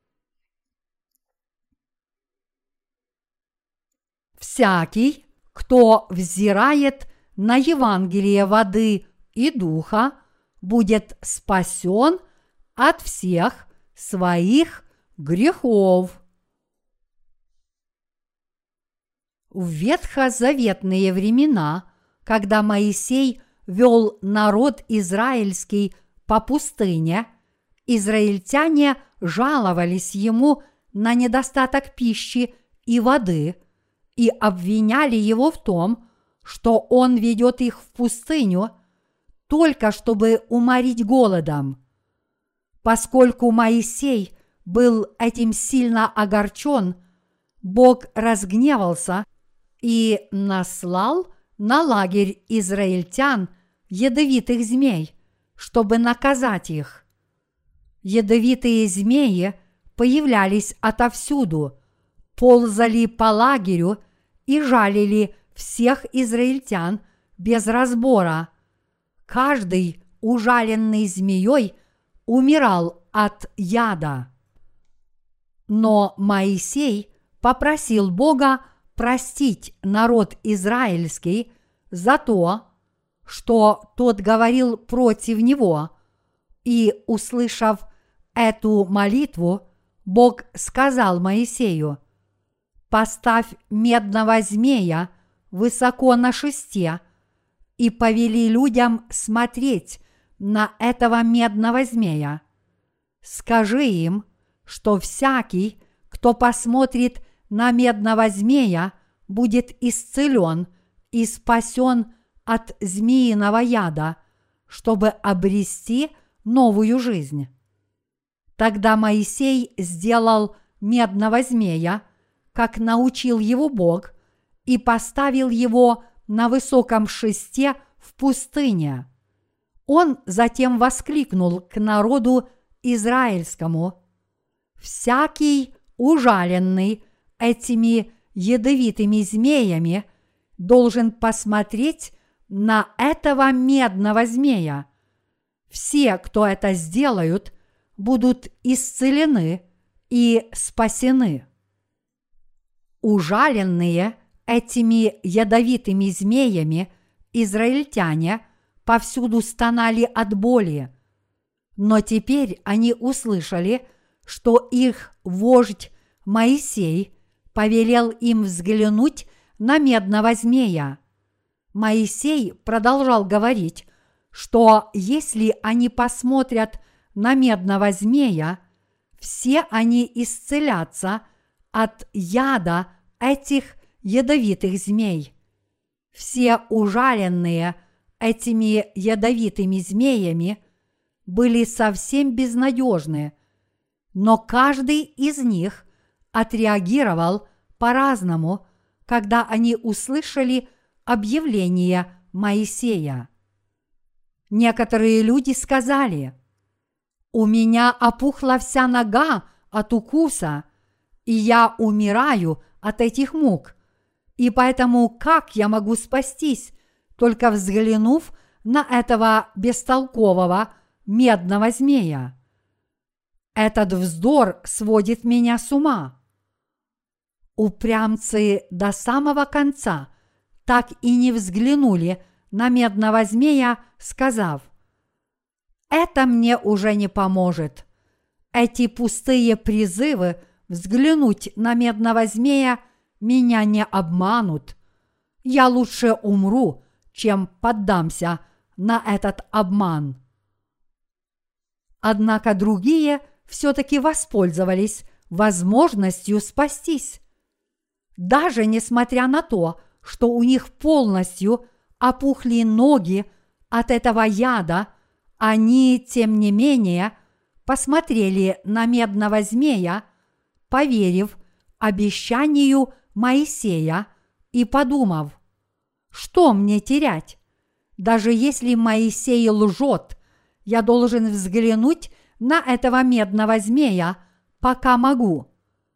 Всякий, кто взирает на Евангелие воды и духа, будет спасен от всех своих грехов. В ветхозаветные времена, когда Моисей вел народ израильский по пустыне, израильтяне жаловались ему на недостаток пищи и воды и обвиняли его в том, что он ведет их в пустыню только чтобы уморить голодом. Поскольку Моисей был этим сильно огорчен, Бог разгневался и наслал на лагерь израильтян ядовитых змей, чтобы наказать их. Ядовитые змеи появлялись отовсюду, ползали по лагерю и жалили всех израильтян без разбора. Каждый ужаленный змеей умирал от яда. Но Моисей попросил Бога простить народ израильский за то, что тот говорил против него, и, услышав эту молитву, Бог сказал Моисею: «Поставь медного змея высоко на шесте и повели людям смотреть на этого медного змея. Скажи им, что всякий, кто посмотрит на медного змея, будет исцелен и спасен от змеиного яда, чтобы обрести новую жизнь». Тогда Моисей сделал медного змея, как научил его Бог, и поставил его на высоком шесте в пустыне. Он затем воскликнул к народу израильскому: «Всякий ужаленный этими ядовитыми змеями должен посмотреть на этого медного змея. Все, кто это сделают, будут исцелены и спасены». Ужаленные этими ядовитыми змеями израильтяне повсюду стонали от боли. Но теперь они услышали, что их вождь Моисей повелел им взглянуть на медного змея. Моисей продолжал говорить, что если они посмотрят на медного змея, все они исцелятся от яда этих ядовитых змей. Все ужаленные этими ядовитыми змеями были совсем безнадежны, но каждый из них отреагировал по-разному, когда они услышали объявление Моисея. Некоторые люди сказали: «У меня опухла вся нога от укуса, и я умираю от этих мук, и поэтому как я могу спастись, только взглянув на этого бестолкового медного змея? Этот вздор сводит меня с ума». Упрямцы до самого конца так и не взглянули на медного змея, сказав: «Это мне уже не поможет. Эти пустые призывы взглянуть на медного змея меня не обманут. Я лучше умру, чем поддамся на этот обман». Однако другие все-таки воспользовались возможностью спастись. Даже несмотря на то, что у них полностью опухли ноги от этого яда, они, тем не менее, посмотрели на медного змея поверив обещанию Моисея и подумав: что мне терять? Даже если Моисей лжет, я должен взглянуть на этого медного змея, пока могу.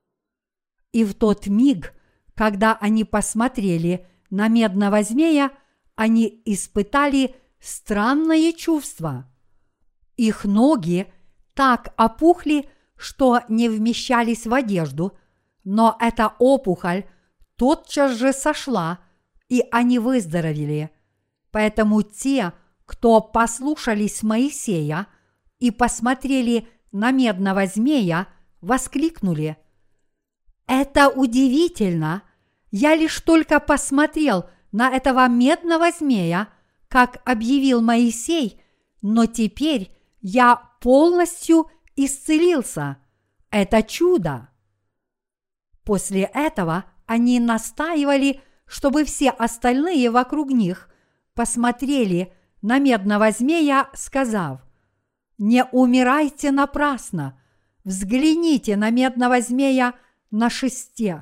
И в тот миг, когда они посмотрели на медного змея, они испытали странное чувство. Их ноги так опухли, что не вмещались в одежду, но эта опухоль тотчас же сошла, и они выздоровели. Поэтому те, кто послушались Моисея и посмотрели на медного змея, воскликнули: «Это удивительно! Я лишь только посмотрел на этого медного змея, как объявил Моисей, но теперь я полностью исцелился. Это чудо!» После этого они настаивали, чтобы все остальные вокруг них посмотрели на медного змея, сказав: «Не умирайте напрасно, взгляните на медного змея на шесте».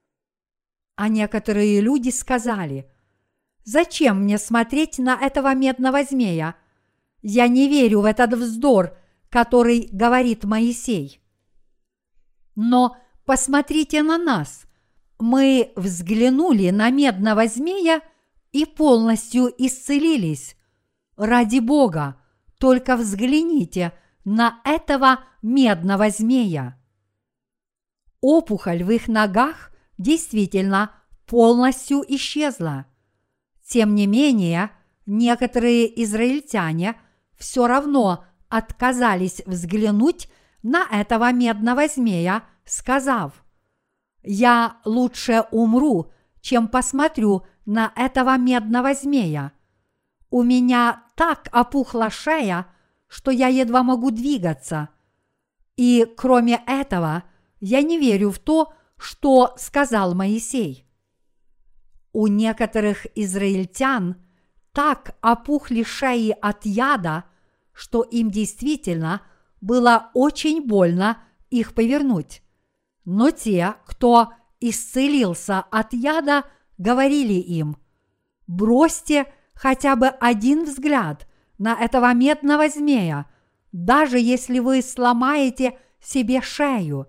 А некоторые люди сказали: «Зачем мне смотреть на этого медного змея? Я не верю в этот вздор, который говорит Моисей». Но посмотрите на нас. Мы взглянули на медного змея и полностью исцелились. Ради Бога, только взгляните на этого медного змея. Опухоль в их ногах действительно полностью исчезла. Тем не менее, некоторые израильтяне все равно отказались взглянуть на этого медного змея, сказав: «Я лучше умру, чем посмотрю на этого медного змея. У меня так опухла шея, что я едва могу двигаться. И кроме этого, я не верю в то, что сказал Моисей». У некоторых израильтян так опухли шеи от яда, что им действительно было очень больно их повернуть. Но те, кто исцелился от яда, говорили им: «Бросьте хотя бы один взгляд на этого медного змея, даже если вы сломаете себе шею».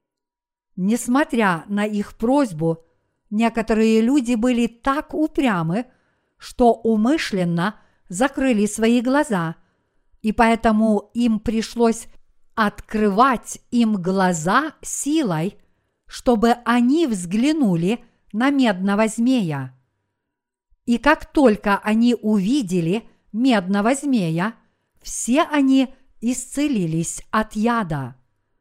Несмотря на их просьбу, некоторые люди были так упрямы, что умышленно закрыли свои глаза, и поэтому им пришлось открывать им глаза силой, чтобы они взглянули на медного змея. И как только они увидели медного змея, все они исцелились от яда.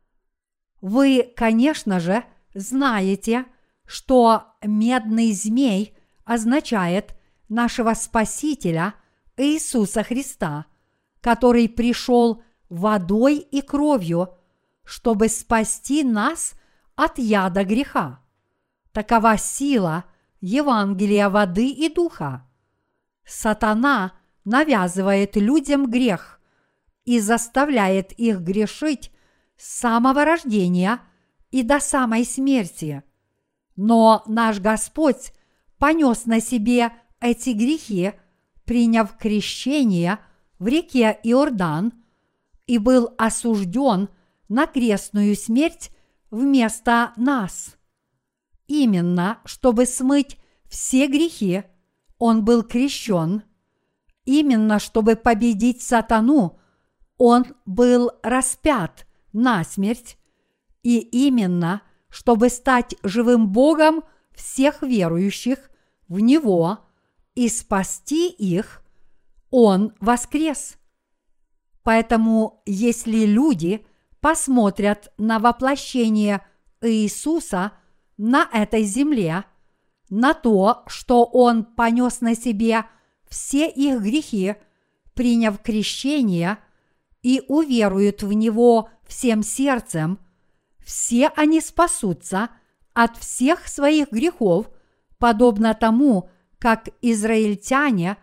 Вы, конечно же, знаете, что медный змей означает нашего Спасителя Иисуса Христа, который пришел водой и кровью, чтобы спасти нас от яда греха. Такова сила Евангелия воды и духа. Сатана навязывает людям грех и заставляет их грешить с самого рождения и до самой смерти. Но наш Господь понес на себе эти грехи, приняв крещение в реке Иордан, и был осужден на крестную смерть вместо нас. Именно, чтобы смыть все грехи, Он был крещен. Именно, чтобы победить сатану, Он был распят насмерть. И именно, чтобы стать живым Богом всех верующих в Него и спасти их, Он воскрес. Поэтому, если люди посмотрят на воплощение Иисуса на этой земле, на то, что Он понес на себе все их грехи, приняв крещение, и уверуют в Него всем сердцем, все они спасутся от всех своих грехов, подобно тому, как израильтяне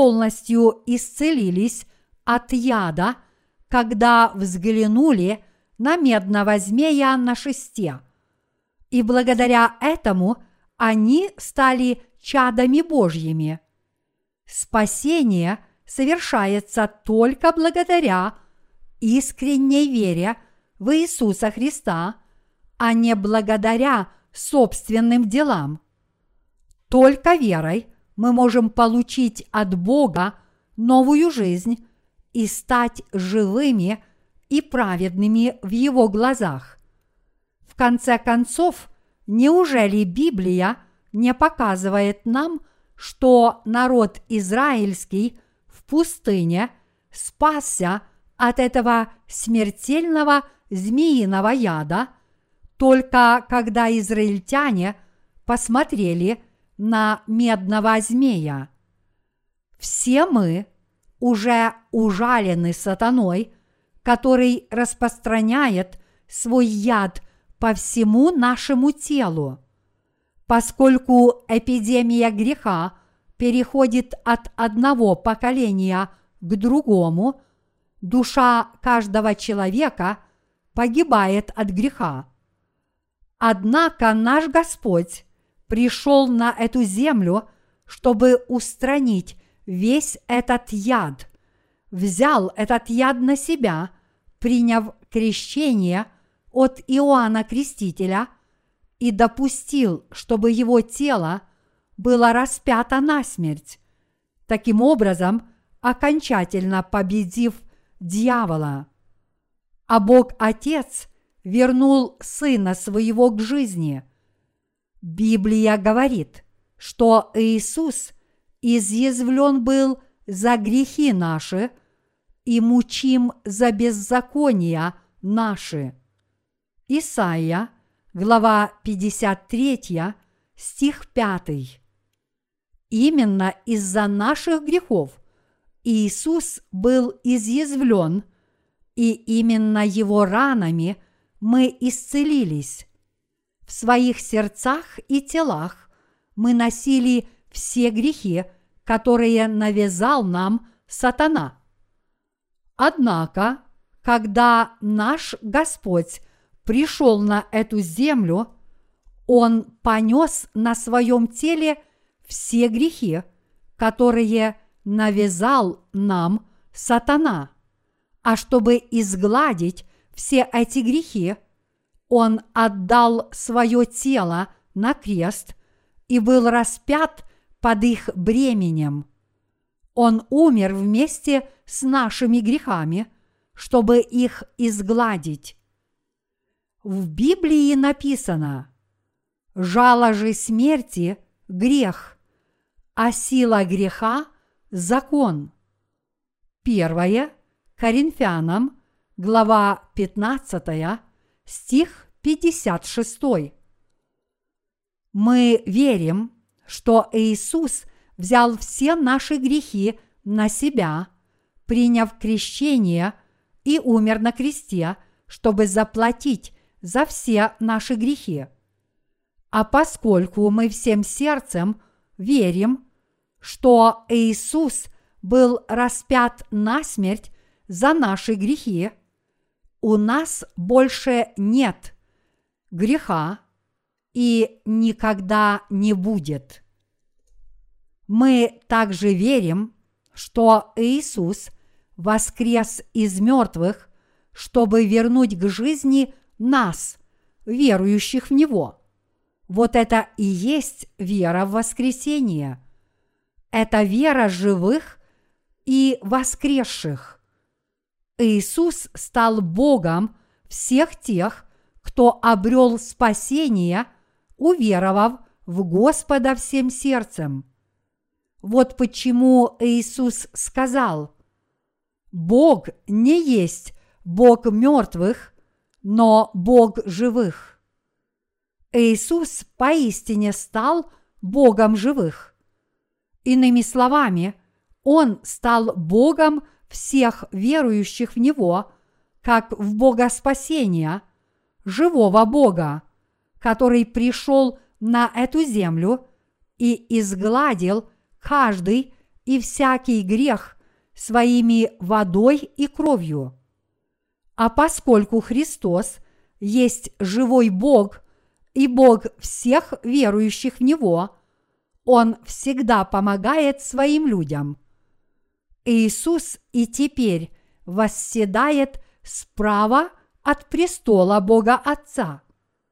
полностью исцелились от яда, когда взглянули на медного змея на шесте. И благодаря этому они стали чадами Божьими. Спасение совершается только благодаря искренней вере в Иисуса Христа, а не благодаря собственным делам. Только верой мы можем получить от Бога новую жизнь и стать живыми и праведными в Его глазах. В конце концов, неужели Библия не показывает нам, что народ израильский в пустыне спасся от этого смертельного змеиного яда, только когда израильтяне посмотрели на медного змея? Все мы уже ужалены сатаной, который распространяет свой яд по всему нашему телу. Поскольку эпидемия греха переходит от одного поколения к другому, душа каждого человека погибает от греха. Однако наш Господь пришел на эту землю, чтобы устранить весь этот яд, взял этот яд на себя, приняв крещение от Иоанна Крестителя и допустил, чтобы его тело было распято насмерть, таким образом окончательно победив дьявола. А Бог Отец вернул Сына Своего к жизни. Библия говорит, что Иисус изъязвлен был за грехи наши и мучим за беззакония наши. Исайя, глава пятьдесят три, стих пятый. Именно из-за наших грехов Иисус был изъязвлен, и именно Его ранами мы исцелились. В своих сердцах и телах мы носили все грехи, которые навязал нам сатана. Однако, когда наш Господь пришел на эту землю, Он понес на своем теле все грехи, которые навязал нам сатана. А чтобы изгладить все эти грехи, Он отдал свое тело на крест и был распят под их бременем. Он умер вместе с нашими грехами, чтобы их изгладить. В Библии написано: «Жало же смерти – грех, а сила греха – закон». Первое Коринфянам, глава пятнадцатая, стих пятьдесят шесть. Мы верим, что Иисус взял все наши грехи на себя, приняв крещение, и умер на кресте, чтобы заплатить за все наши грехи. А поскольку мы всем сердцем верим, что Иисус был распят насмерть за наши грехи, у нас больше нет греха и никогда не будет. Мы также верим, что Иисус воскрес из мертвых, чтобы вернуть к жизни нас, верующих в Него. Вот это и есть вера в воскресение. Это вера живых и воскресших. Иисус стал Богом всех тех, кто обрел спасение, уверовав в Господа всем сердцем. Вот почему Иисус сказал: «Бог не есть Бог мертвых, но Бог живых». Иисус поистине стал Богом живых. Иными словами, Он стал Богом всех верующих в Него, как в Бога спасения, живого Бога, который пришел на эту землю и изгладил каждый и всякий грех своими водой и кровью. А поскольку Христос есть живой Бог и Бог всех верующих в Него, Он всегда помогает своим людям. Иисус и теперь восседает справа от престола Бога Отца.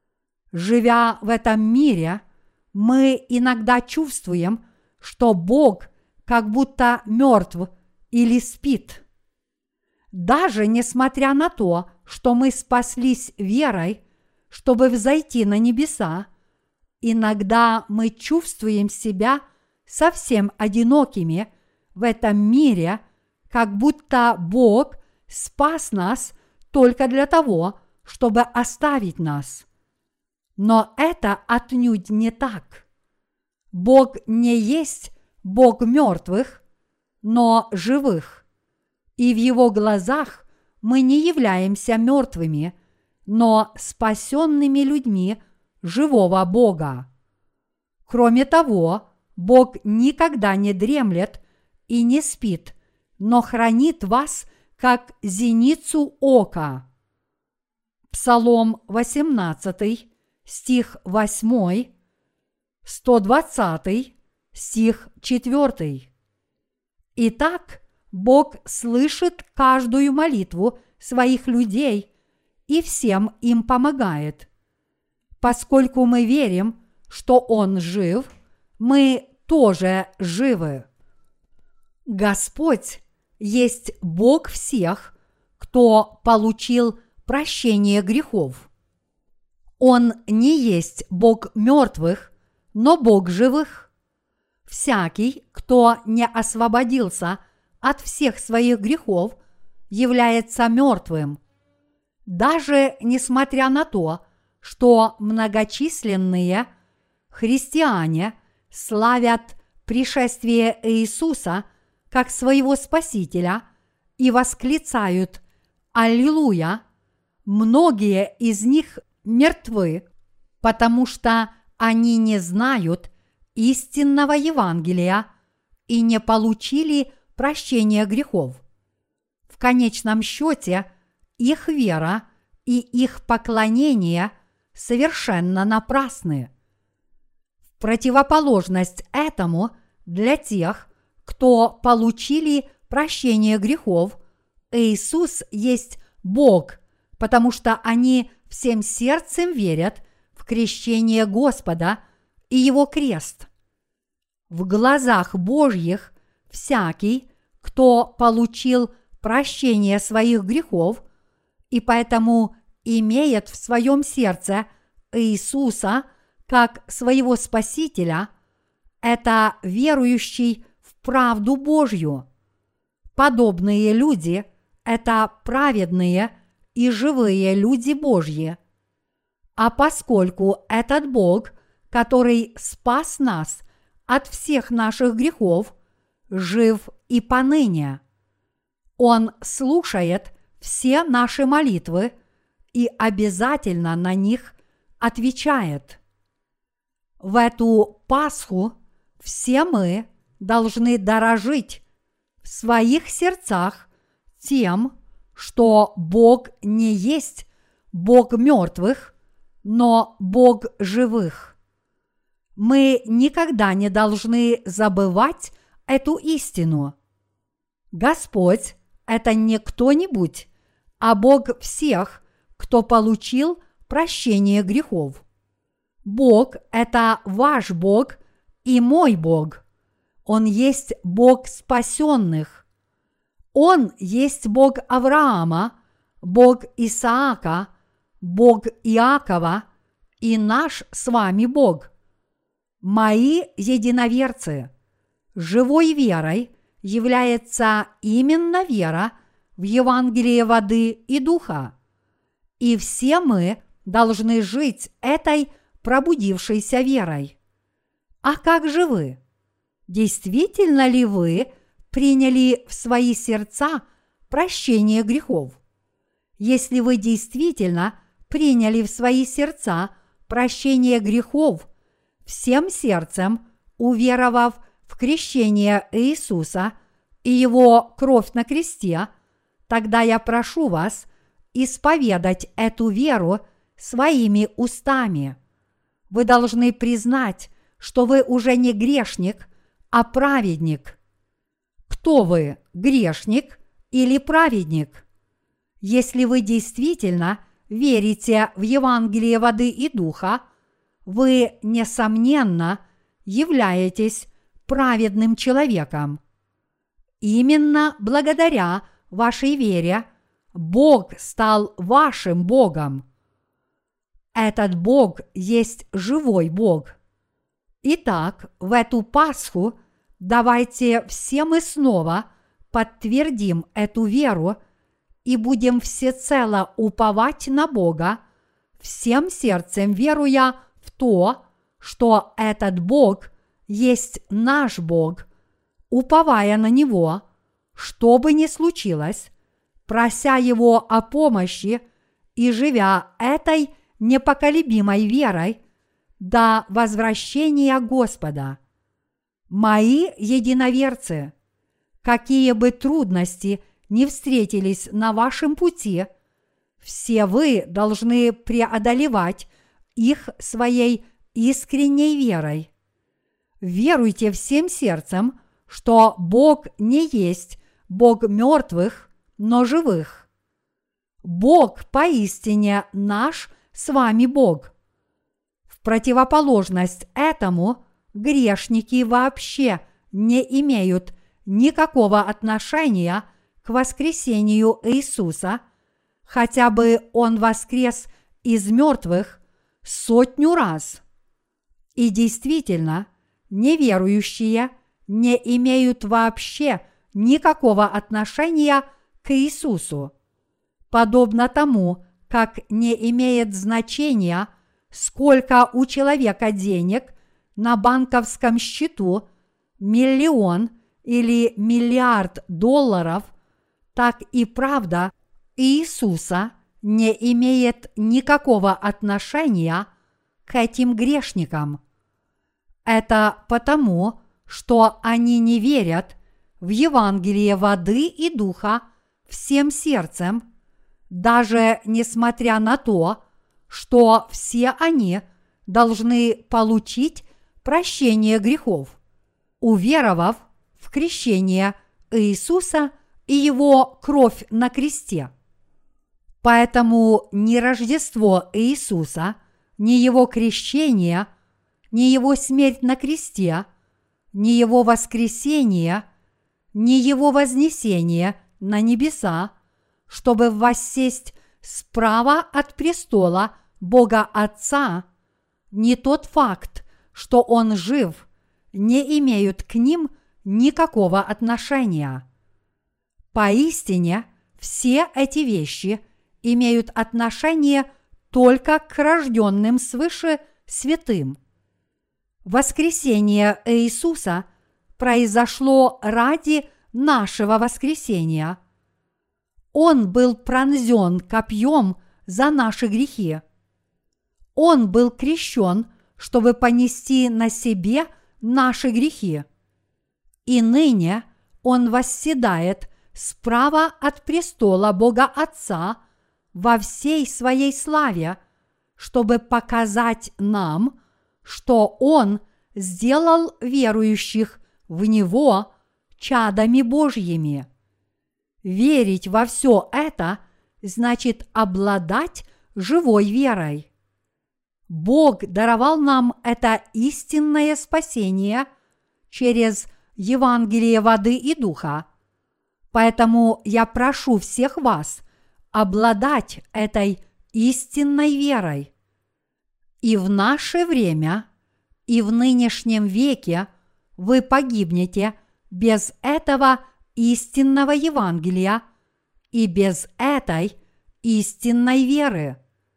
Живя в этом мире, мы иногда чувствуем, что Бог как будто мертв или спит. Даже несмотря на то, что мы спаслись верой, чтобы взойти на небеса, иногда мы чувствуем себя совсем одинокими в этом мире, как будто Бог спас нас только для того, чтобы оставить нас. Но это отнюдь не так. Бог не есть Бог мертвых, но живых. И в Его глазах мы не являемся мертвыми, но спасенными людьми живого Бога. Кроме того, Бог никогда не дремлет и не спит, но хранит вас, как зеницу ока. Псалом восемнадцатый, стих восьмой, сто двадцатый, стих четвертый. Итак, Бог слышит каждую молитву своих людей и всем им помогает. Поскольку мы верим, что Он жив, мы тоже живы. Господь есть Бог всех, кто получил прощение грехов. Он не есть Бог мертвых, но Бог живых. Всякий, кто не освободился от всех своих грехов, является мертвым. Даже несмотря на то, что многочисленные христиане славят пришествие Иисуса как своего Спасителя и восклицают «Аллилуйя», многие из них мертвы, потому что они не знают истинного Евангелия и не получили прощения грехов. В конечном счете, их вера и их поклонение совершенно напрасны. В противоположность этому, для тех, кто получили прощение грехов, Иисус есть Бог, потому что они всем сердцем верят в крещение Господа и Его крест. В глазах Божьих всякий, кто получил прощение своих грехов и поэтому имеет в своем сердце Иисуса как своего Спасителя, это верующий в правду Божью. Подобные люди – это праведные и живые люди Божьи. А поскольку этот Бог, который спас нас от всех наших грехов, жив и поныне, Он слушает все наши молитвы и обязательно на них отвечает. В эту Пасху все мы должны дорожить в своих сердцах тем, что Бог не есть Бог мертвых, но Бог живых. Мы никогда не должны забывать эту истину. Господь – это не кто-нибудь, а Бог всех, кто получил прощение грехов. Бог – это ваш Бог и мой Бог. Он есть Бог спасенных. Он есть Бог Авраама, Бог Исаака, Бог Иакова и наш с вами Бог. Мои единоверцы, живой верой является именно вера в Евангелие воды и духа. И все мы должны жить этой пробудившейся верой. А как же вы? Действительно ли вы приняли в свои сердца прощение грехов? Если вы действительно приняли в свои сердца прощение грехов, всем сердцем уверовав в крещение Иисуса и Его кровь на кресте, тогда я прошу вас исповедать эту веру своими устами. Вы должны признать, что вы уже не грешник, а праведник. Кто вы, грешник или праведник? Если вы действительно верите в Евангелие воды и духа, вы, несомненно, являетесь праведным человеком. Именно благодаря вашей вере Бог стал вашим Богом. Этот Бог есть живой Бог. Итак, в эту Пасху давайте все мы снова подтвердим эту веру и будем всецело уповать на Бога, всем сердцем веруя в то, что этот Бог есть наш Бог, уповая на Него, что бы ни случилось, прося Его о помощи и живя этой непоколебимой верой до возвращения Господа. Мои единоверцы, какие бы трудности ни встретились на вашем пути, все вы должны преодолевать их своей искренней верой. Веруйте всем сердцем, что Бог не есть Бог мертвых, но живых. Бог поистине наш с вами Бог. В противоположность этому грешники вообще не имеют никакого отношения к воскресению Иисуса, хотя бы Он воскрес из мертвых сотню раз. И действительно, неверующие не имеют вообще никакого отношения к Иисусу, подобно тому, как не имеет значения, сколько у человека денег на банковском счету, миллион или миллиард долларов, так и правда Иисуса не имеет никакого отношения к этим грешникам. Это потому, что они не верят в Евангелие воды и духа всем сердцем, даже несмотря на то, что все они должны получить прощение грехов, уверовав в крещение Иисуса и Его кровь на кресте. Поэтому ни Рождество Иисуса, ни Его крещение, ни Его смерть на кресте, ни Его воскресение, ни Его вознесение на небеса, чтобы воссесть справа от престола Бога Отца, ни тот факт, что Он жив, не имеют к ним никакого отношения. Поистине, все эти вещи имеют отношение только к рожденным свыше святым. Воскресение Иисуса произошло ради нашего воскресения. Он был пронзен копьем за наши грехи. Он был крещен, чтобы понести на себе наши грехи. И ныне Он восседает справа от престола Бога Отца во всей своей славе, чтобы показать нам, что Он сделал верующих в Него чадами Божьими. Верить во все это значит обладать живой верой. Бог даровал нам это истинное спасение через Евангелие воды и духа. Поэтому я прошу всех вас обладать этой истинной верой. И в наше время, и в нынешнем веке вы погибнете без этого истинного Евангелия и без этой истинной веры.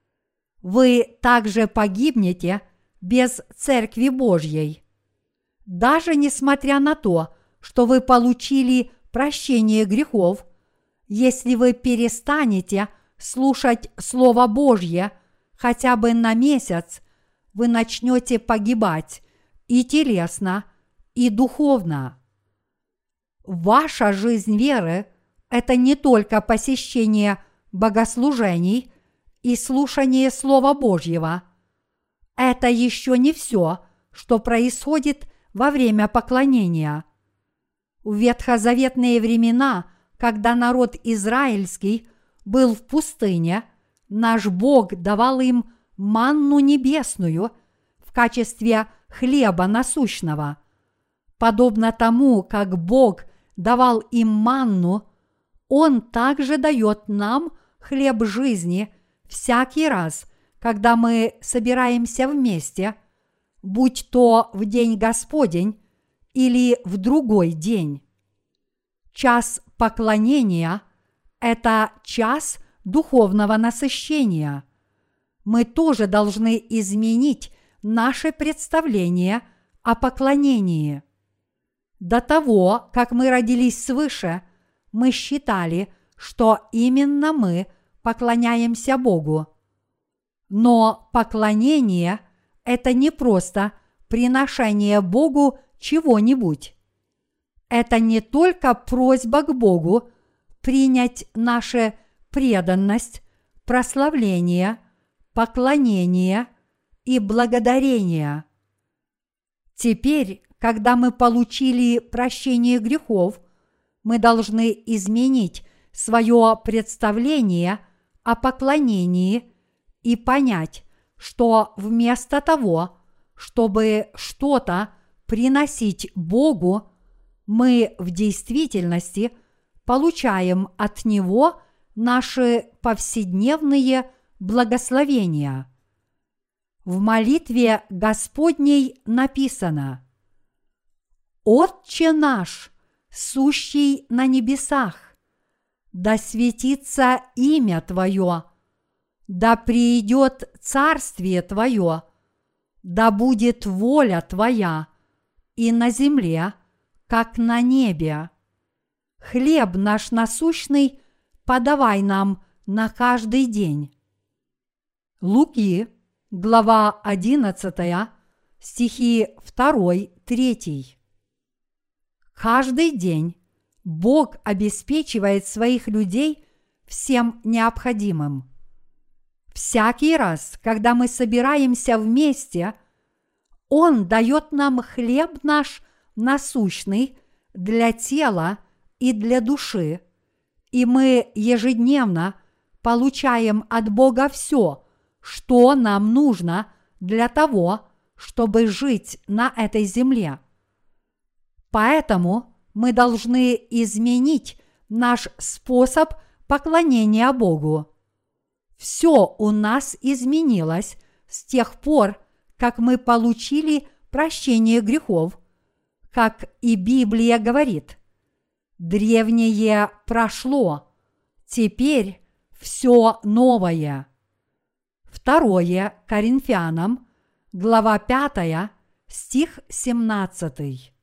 Вы также погибнете без Церкви Божьей. Даже несмотря на то, что вы получили прощение грехов, если вы перестанете слушать Слово Божье хотя бы на месяц, вы начнете погибать и телесно, и духовно. Ваша жизнь веры – это не только посещение богослужений и слушание Слова Божьего – это еще не все, что происходит во время поклонения. В ветхозаветные времена, когда народ израильский был в пустыне, наш Бог давал им манну небесную в качестве хлеба насущного. Подобно тому, как Бог давал им манну, Он также дает нам хлеб жизни всякий раз, когда мы собираемся вместе, будь то в день Господень или в другой день. Час поклонения – это час духовного насыщения. Мы тоже должны изменить наше представление о поклонении. До того, как мы родились свыше, мы считали, что именно мы поклоняемся Богу. Но поклонение – это не просто приношение Богу чего-нибудь. Это не только просьба к Богу принять нашу преданность, прославление, поклонение и благодарение. Теперь, когда мы получили прощение грехов, мы должны изменить свое представление о поклонении и понять, что вместо того, чтобы что-то приносить Богу, мы в действительности получаем от Него наши повседневные благословения. В молитве Господней написано: «Отче наш, сущий на небесах, да светится имя Твое, да приидет царствие Твое, да будет воля Твоя и на земле, как на небе. Хлеб наш насущный подавай нам на каждый день». Луки, глава одиннадцатая, стихи два-три. Каждый день Бог обеспечивает своих людей всем необходимым. Всякий раз, когда мы собираемся вместе, Он дает нам хлеб наш насущный для тела и для души, и мы ежедневно получаем от Бога все, что нам нужно для того, чтобы жить на этой земле. Поэтому мы должны изменить наш способ поклонения Богу. Все у нас изменилось с тех пор, как мы получили прощение грехов, как и Библия говорит: «Древнее прошло, теперь все новое». Второе Коринфянам, глава пятая, стих семнадцатый.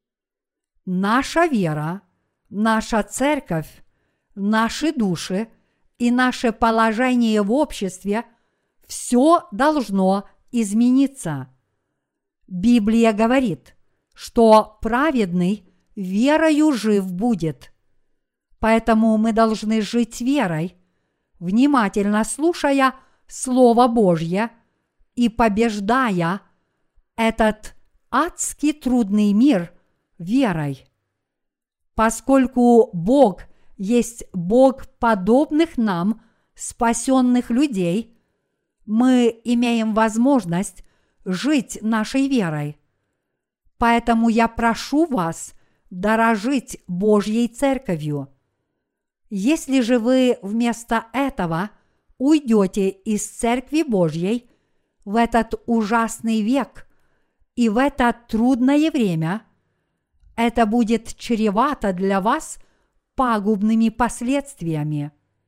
Наша вера, наша церковь, наши души и наше положение в обществе – все должно измениться. Библия говорит, что праведный верою жив будет. Поэтому мы должны жить верой, внимательно слушая Слово Божье и побеждая этот адски трудный мир верой. Поскольку Бог есть Бог подобных нам спасенных людей, мы имеем возможность жить нашей верой. Поэтому я прошу вас дорожить Божьей Церковью. Если же вы вместо этого уйдете из Церкви Божьей в этот ужасный век и в это трудное время, это будет чревато для вас пагубными последствиями.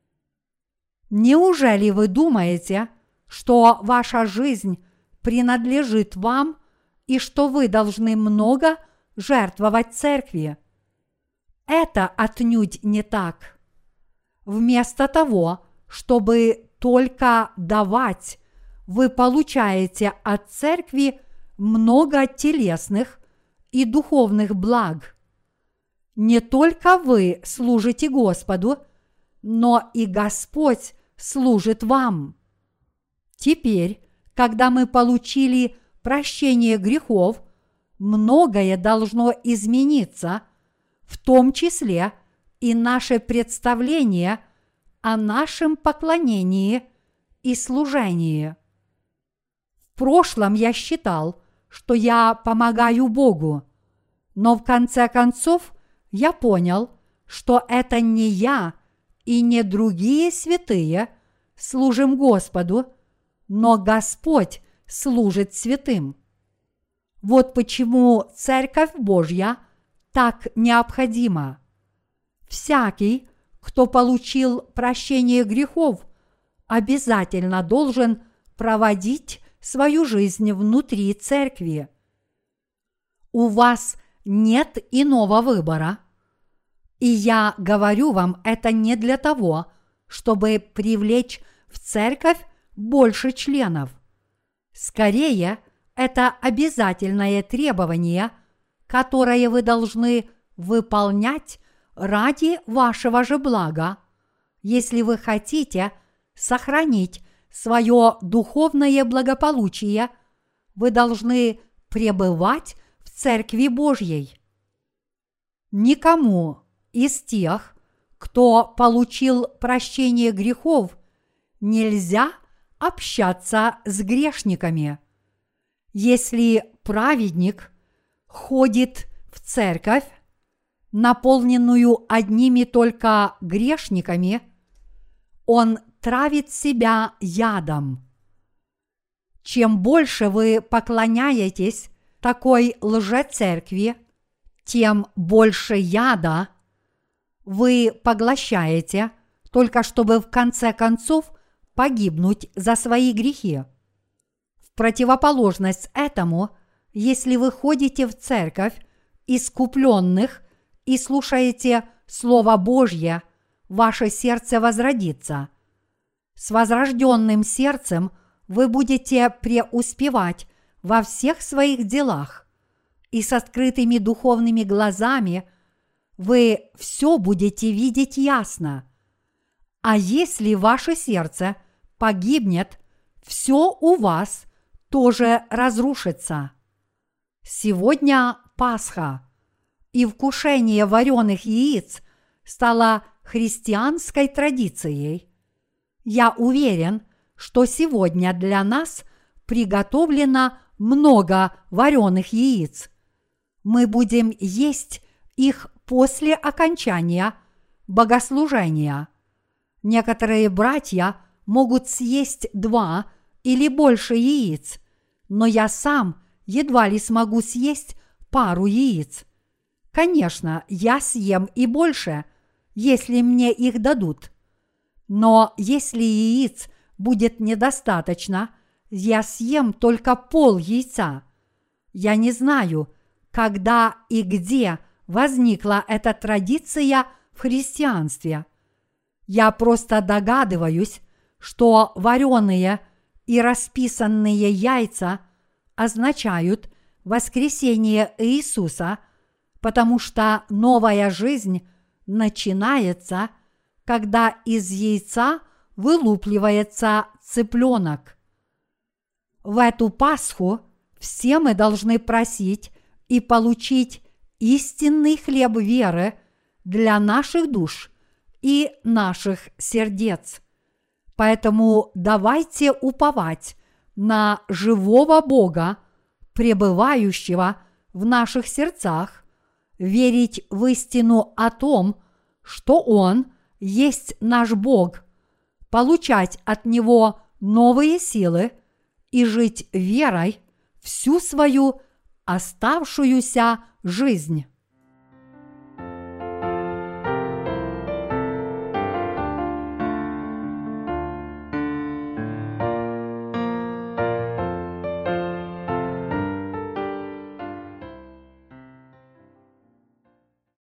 Неужели вы думаете, что ваша жизнь принадлежит вам и что вы должны много жертвовать Церкви? Это отнюдь не так. Вместо того, чтобы только давать, вы получаете от Церкви много телесных и духовных благ. Не только вы служите Господу, но и Господь служит вам. Теперь, когда мы получили прощение грехов, многое должно измениться, в том числе и наше представление о нашем поклонении и служении. В прошлом я считал, что я помогаю Богу, но в конце концов я понял, что это не я и не другие святые служим Господу, но Господь служит святым. Вот почему Церковь Божья так необходима. Всякий, кто получил прощение грехов, обязательно должен проводить свою жизнь внутри церкви. У вас нет иного выбора. И я говорю вам это не для того, чтобы привлечь в церковь больше членов. Скорее, это обязательное требование, которое вы должны выполнять ради вашего же блага, если вы хотите сохранить свое духовное благополучие, вы должны пребывать в Церкви Божьей. Никому из тех, кто получил прощение грехов, нельзя общаться с грешниками. Если праведник ходит в церковь, наполненную одними только грешниками, он травит себя ядом. Чем больше вы поклоняетесь такой лжецеркви, тем больше яда вы поглощаете, только чтобы в конце концов погибнуть за свои грехи. В противоположность этому, если вы ходите в церковь искупленных и слушаете Слово Божье, ваше сердце возродится. С возрожденным сердцем вы будете преуспевать во всех своих делах, и с открытыми духовными глазами вы все будете видеть ясно. А если ваше сердце погибнет, все у вас тоже разрушится. Сегодня Пасха, и вкушение вареных яиц стало христианской традицией. Я уверен, что сегодня для нас приготовлено много вареных яиц. Мы будем есть их после окончания богослужения. Некоторые братья могут съесть два или больше яиц, но я сам едва ли смогу съесть пару яиц. Конечно, я съем и больше, если мне их дадут. Но если яиц будет недостаточно, я съем только пол яйца. Я не знаю, когда и где возникла эта традиция в христианстве. Я просто догадываюсь, что вареные и расписанные яйца означают воскресение Иисуса, потому что новая жизнь начинается, когда из яйца вылупливается цыпленок. В эту Пасху все мы должны просить и получить истинный хлеб веры для наших душ и наших сердец. Поэтому давайте уповать на живого Бога, пребывающего в наших сердцах, верить в истину о том, что Он есть наш Бог, получать от Него новые силы и жить верой всю свою оставшуюся жизнь.